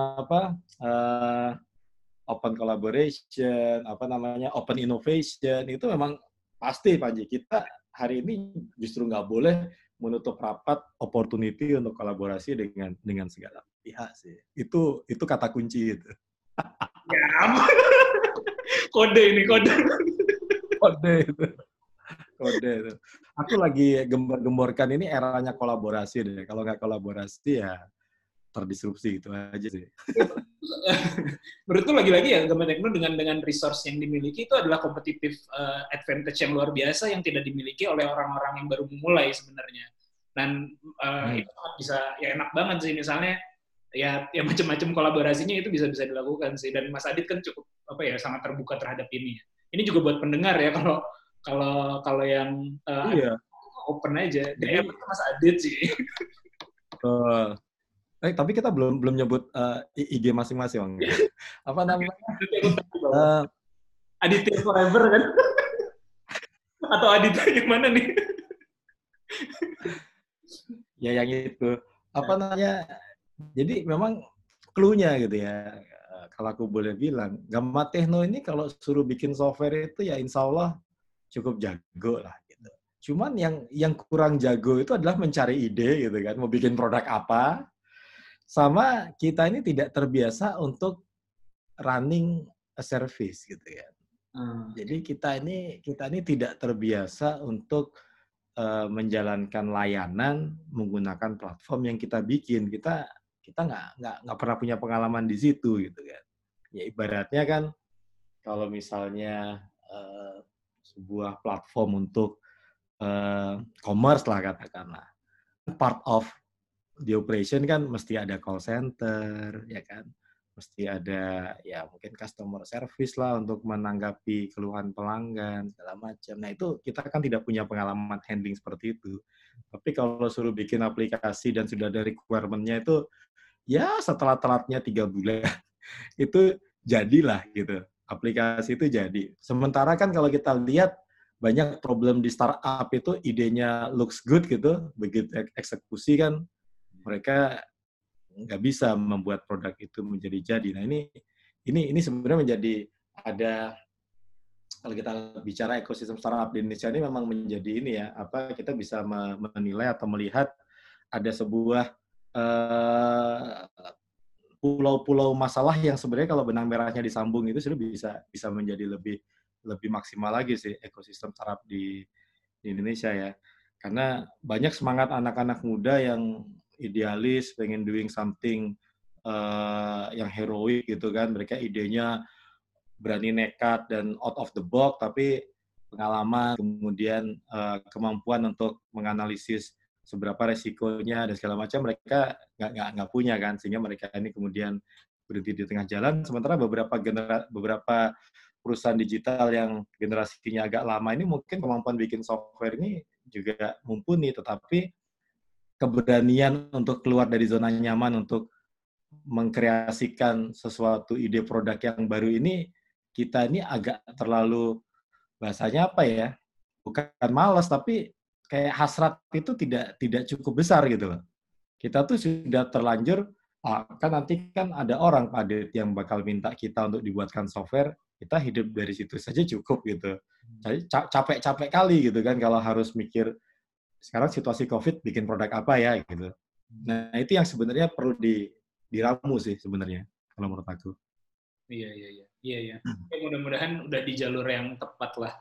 collaboration, open innovation, itu memang pasti, Panji. Kita hari ini justru nggak boleh menutup rapat opportunity untuk kolaborasi dengan segala pihak sih. Itu kata kunci itu. Ya, kode itu. Aku lagi gembor-gemborkan ini eranya kolaborasi deh. Kalau nggak kolaborasi ya terdisrupsi, itu aja sih. Menurutku lagi-lagi ya Gamma Techno dengan resource yang dimiliki itu adalah competitive advantage yang luar biasa yang tidak dimiliki oleh orang-orang yang baru memulai sebenarnya. Dan itu sangat bisa, ya enak banget sih misalnya ya macam-macam kolaborasinya itu bisa dilakukan sih. Dan Mas Adit kan cukup sangat terbuka terhadap ini. Ini juga buat pendengar ya, kalau yang open aja. DM Mas Adit sih. Tapi kita belum nyebut IG masing-masing, Bang. Apa namanya? Aditya Forever kan? Atau Aditya yang mana nih? Ya yang itu. Apa namanya? Jadi memang clue-nya gitu ya. Kalau aku boleh bilang, Gamma Techno ini kalau suruh bikin software itu ya insya Allah cukup jago lah gitu. Cuman yang kurang jago itu adalah mencari ide gitu kan, mau bikin produk apa. Sama kita ini tidak terbiasa untuk running a service gitu ya. Jadi kita ini tidak terbiasa untuk menjalankan layanan menggunakan platform yang kita bikin. Kita nggak pernah punya pengalaman di situ gitu kan. Ya ibaratnya kan kalau misalnya sebuah platform untuk commerce lah katakanlah, part of the operation kan mesti ada call center, ya kan, mesti ada ya mungkin customer service lah untuk menanggapi keluhan pelanggan segala macam. Nah itu kita kan tidak punya pengalaman handling seperti itu. Tapi kalau suruh bikin aplikasi dan sudah ada requirement-nya itu ya setelah telatnya 3 bulan itu jadilah gitu. Aplikasi itu jadi. Sementara kan kalau kita lihat banyak problem di startup itu idenya looks good gitu, begitu eksekusi kan mereka nggak bisa membuat produk itu menjadi jadi. Nah ini sebenarnya menjadi ada, kalau kita bicara ekosistem startup di Indonesia ini memang menjadi ini ya, apa kita bisa menilai atau melihat ada sebuah pulau-pulau masalah yang sebenarnya kalau benang merahnya disambung itu sudah bisa menjadi lebih maksimal lagi sih ekosistem startup di Indonesia ya. Karena banyak semangat anak-anak muda yang idealis, pengen doing something yang heroik gitu kan. Mereka idenya berani nekat dan out of the box, tapi pengalaman, kemudian kemampuan untuk menganalisis seberapa resikonya dan segala macam mereka nggak punya kan, sehingga mereka ini kemudian berhenti di tengah jalan. Sementara beberapa perusahaan digital yang generasinya agak lama ini mungkin kemampuan bikin software ini juga mumpuni, tetapi keberanian untuk keluar dari zona nyaman untuk mengkreasikan sesuatu ide produk yang baru ini, kita ini agak terlalu, bahasanya apa ya, bukan malas tapi kayak hasrat itu tidak cukup besar gitu loh. Kita tuh sudah terlanjur, kan nanti kan ada orang Pak Adit yang bakal minta kita untuk dibuatkan software, kita hidup dari situ saja cukup gitu. Jadi capek-capek kali gitu kan kalau harus mikir sekarang situasi COVID bikin produk apa ya gitu. Nah itu yang sebenarnya perlu diramu sih sebenarnya kalau menurut aku. Iya. Ya, mudah-mudahan udah di jalur yang tepat lah.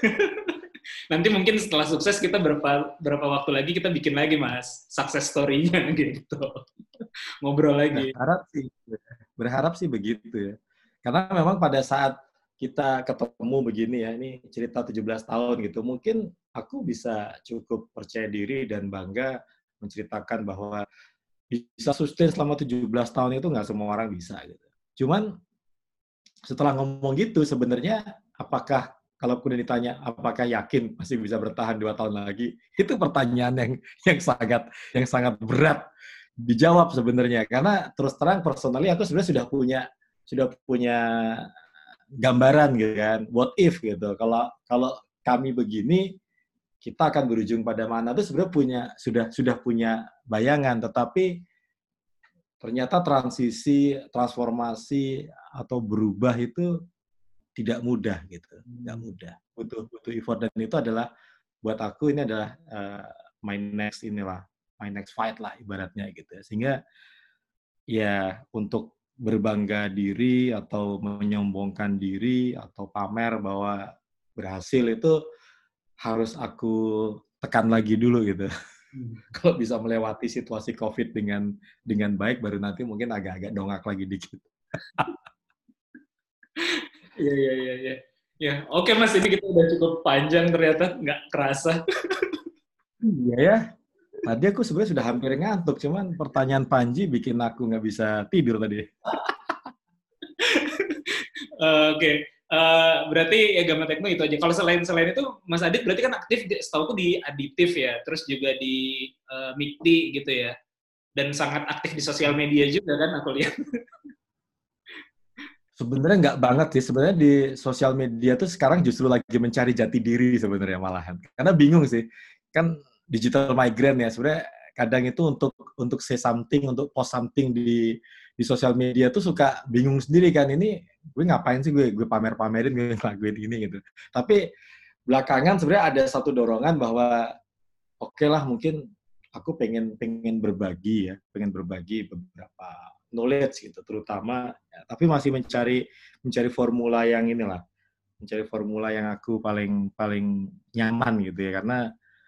Nanti mungkin setelah sukses kita berapa waktu lagi kita bikin lagi Mas success story-nya gitu. Ngobrol lagi. Berharap sih begitu ya. Karena memang pada saat kita ketemu begini ya, ini cerita 17 tahun gitu, mungkin aku bisa cukup percaya diri dan bangga menceritakan bahwa bisa sustain selama 17 tahun itu nggak semua orang bisa gitu. Cuman setelah ngomong gitu sebenarnya apakah kalau kemudian ditanya apakah yakin masih bisa bertahan 2 tahun lagi, itu pertanyaan yang sangat berat dijawab sebenarnya. Karena terus terang personally aku sebenarnya sudah punya gambaran gitu kan, what if gitu. Kalau kami begini, kita akan berujung pada mana itu sebenarnya sudah punya bayangan, tetapi ternyata transformasi atau berubah itu tidak mudah gitu, nggak mudah, butuh effort, dan itu adalah buat aku ini adalah my next fight lah ibaratnya gitu. Sehingga ya untuk berbangga diri atau menyombongkan diri atau pamer bahwa berhasil itu harus aku tekan lagi dulu gitu. Kalau bisa melewati situasi COVID dengan baik, baru nanti mungkin agak-agak dongak lagi dikit. Iya. Ya, oke Mas, ini kita udah cukup panjang ternyata, nggak kerasa. Iya ya. Tadi aku sebenarnya sudah hampir ngantuk, cuman pertanyaan Panji bikin aku nggak bisa tidur tadi. Oke. Berarti ya Gamma Tekno itu aja. Kalau selain itu, Mas Adit berarti kan aktif, setahu aku di Aditif ya, terus juga di MIKDI gitu ya, dan sangat aktif di sosial media juga kan aku lihat. Sebenarnya nggak banget sih. Sebenarnya di sosial media tuh sekarang justru lagi mencari jati diri sebenarnya malahan. Karena bingung sih. Kan digital migrant ya. Sebenarnya kadang itu untuk say something, untuk post something di sosial media tuh suka bingung sendiri kan. Ini gue ngapain sih gue pamer-pamerin, gue ngelakuin ini gitu. Tapi belakangan sebenarnya ada satu dorongan bahwa oke lah mungkin aku pengen berbagi beberapa knowledge gitu, terutama ya, tapi masih mencari formula yang mencari formula yang aku paling nyaman gitu ya, karena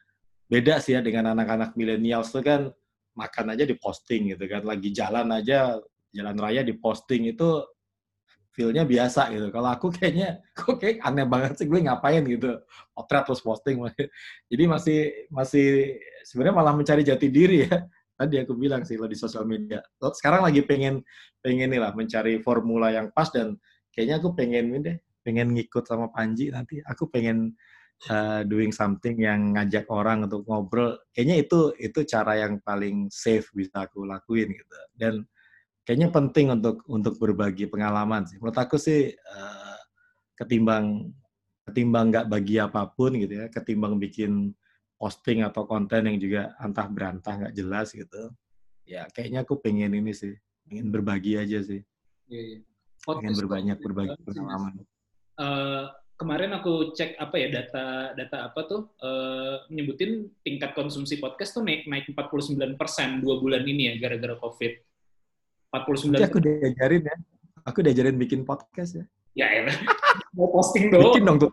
beda sih ya dengan anak-anak milenials tuh kan makan aja diposting gitu kan, lagi jalan aja jalan raya diposting itu feel-nya biasa gitu. Kalau aku kayaknya kok kayak aneh banget sih gue ngapain gitu. Potret terus posting. Jadi masih masih sebenarnya malah mencari jati diri ya. Tadi aku bilang sih lo di sosial media. Sekarang lagi pengen nih lah mencari formula yang pas dan kayaknya aku pengen ini deh, pengen ngikut sama Panji nanti. Aku pengen doing something yang ngajak orang untuk ngobrol. Kayaknya itu cara yang paling safe bisa aku lakuin gitu. Dan kayaknya penting untuk berbagi pengalaman sih. Menurut aku sih ketimbang nggak bagi apapun gitu ya, ketimbang bikin posting atau konten yang juga antah berantah nggak jelas gitu. Ya kayaknya aku pengen ini sih, pengen berbagi aja sih. Iya. Pengen berbagi Podcast pengalaman. Kemarin aku cek apa ya data apa tuh menyebutin tingkat konsumsi podcast tuh naik 49% 2 bulan ini ya gara-gara COVID. 49%. Nanti aku diajarin bikin podcast ya. Ya elah. Mau posting doang.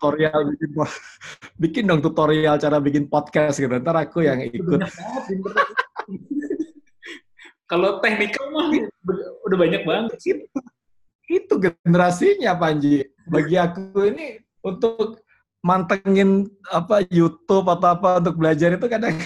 Bikin dong tutorial cara bikin podcast gitu. Ntar aku yang ikut. Kalau technical mah udah banyak banget. Itu generasinya Panji. Bagi aku ini untuk mantengin apa YouTube atau apa untuk belajar itu kadang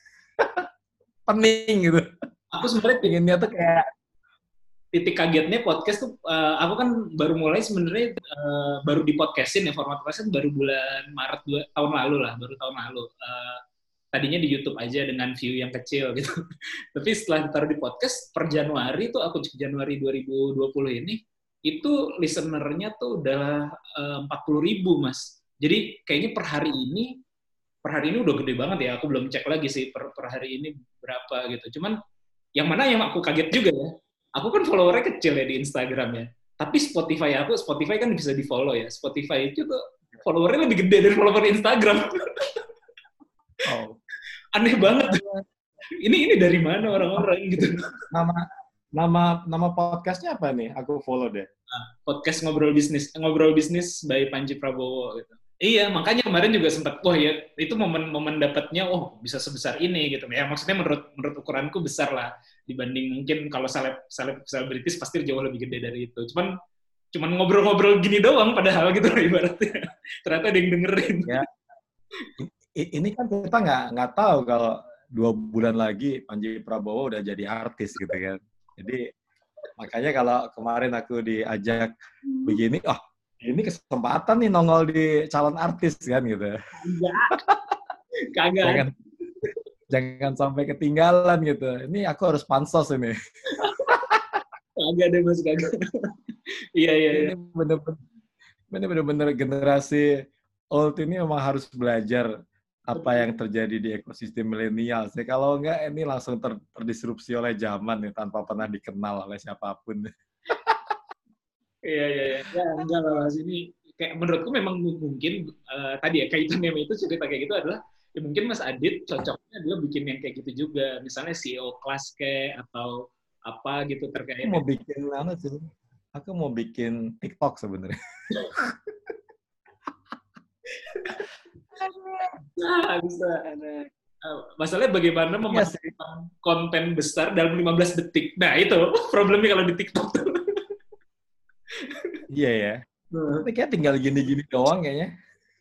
pening gitu. Aku sebenarnya pinginnya tuh kayak titik kagetnya podcast tuh aku kan baru mulai sebenarnya baru di podcastin ya, format podcast baru bulan Maret tahun lalu. Tadinya di YouTube aja dengan view yang kecil gitu. Tapi setelah ditaruh di podcast per Januari tuh aku cek Januari 2020 ini itu listenernya tuh udah 40.000 Mas. Jadi kayaknya per hari ini udah gede banget ya. Aku belum cek lagi sih per hari ini berapa gitu. Cuman yang mana yang aku kaget juga ya. Aku kan followernya kecil ya di Instagram ya. Tapi Spotify kan bisa di follow ya. Spotify itu tuh followernya lebih gede dari follower Instagram. oh. Aneh banget. Ini dari mana orang-orang gitu. Nama podcastnya apa nih? Aku follow deh. Podcast Ngobrol Bisnis by Panji Prabowo gitu. Iya, makanya kemarin juga sempat, wah ya, itu momen dapatnya, oh bisa sebesar ini gitu. Ya maksudnya menurut ukuranku besar lah, dibanding mungkin kalau selebritis pasti jauh lebih gede dari itu. Cuman ngobrol-ngobrol gini doang padahal gitu lah ibaratnya. Ternyata ada yang dengerin. Ya. Ini kan kita nggak tahu kalau 2 bulan lagi Panji Prabowo udah jadi artis gitu kan. Jadi makanya kalau kemarin aku diajak begini, ini kesempatan nih nongol di calon artis kan gitu. Kagak. Jangan sampai ketinggalan gitu. Ini aku harus pansos ini. Kagak deh Mas, kagak. Iya. Ini bener-bener generasi old ini memang harus belajar apa yang terjadi di ekosistem milenial. Kalau enggak ini langsung terdisrupsi oleh zaman nih tanpa pernah dikenal oleh siapapun. Iya. Ya, enggak lah Mas. Ini kayak menurutku memang mungkin tadi ya kaitannya sama itu cerita kayak gitu adalah ya mungkin Mas Adit cocoknya adalah bikin yang kayak gitu juga. Misalnya CEO kelas kayak atau apa gitu terkait. Aku mau bikin TikTok sebenarnya. Bisa. Masalahnya bagaimana memasukkan konten besar dalam 15 detik. Nah, itu problemnya kalau di TikTok tuh. Iya ya. Tapi kayak tinggal gini-gini doang kayaknya.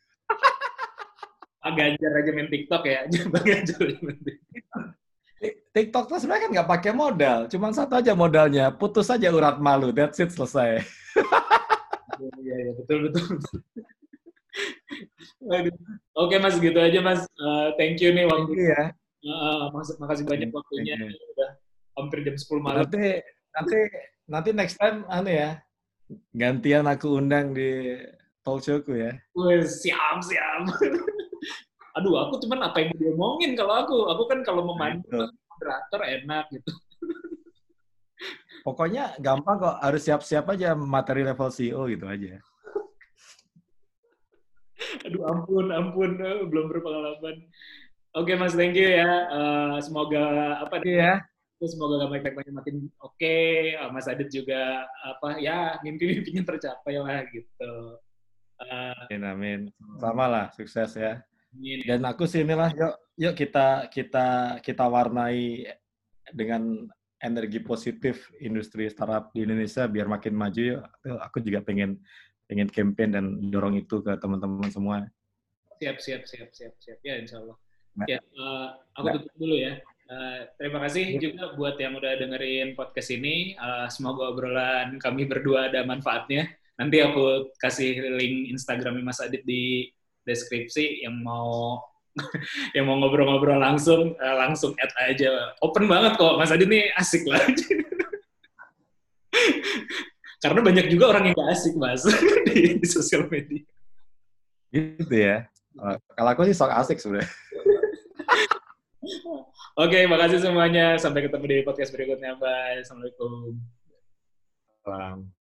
Pak Ganjar aja main TikTok ya. Pak Ganjar aja main TikTok. TikTok tuh sebenarnya kan nggak pakai modal. Cuma satu aja modalnya. Putus aja urat malu. That's it, selesai. Iya, betul. Oke Mas, gitu aja Mas. Thank you nih waktu. Ya. Makasih banyak waktunya. Udah hampir jam 10 malam. Nanti next time ya. Gantian aku undang di talk show-ku ya. Wih, siap. Aduh, aku cuman apa yang mau diomongin kalau aku kan kalau memandu moderator enak gitu. Pokoknya gampang kok, harus siap-siap aja materi level CEO gitu aja. Aduh, ampun, belum berpengalaman. Oke Mas, thank you ya. Semoga semoga baik-baiknya makin oke. Mas Adit juga mimpi-mimpinya tercapai lah gitu. Amin. Sama lah, sukses ya. Amin. Dan aku sih inilah, yuk kita warnai dengan energi positif industri startup di Indonesia biar makin maju yuk. Aku juga pengen campaign dan dorong itu ke teman-teman semua. Siap. Ya, insya Allah. Nah, Ya, aku tutup dulu ya. Terima kasih juga buat yang udah dengerin podcast ini. Semoga obrolan kami berdua ada manfaatnya. Nanti aku kasih link Instagramnya Mas Adit di deskripsi yang mau ngobrol-ngobrol langsung add aja. Open banget kok, Mas Adit nih asik lah. Karena banyak juga orang yang gak asik, Mas, di sosial media. Gitu ya. Kalau aku sih sok asik sebenarnya. Oke, makasih semuanya. Sampai ketemu di podcast berikutnya. Bye. Assalamualaikum. Salam.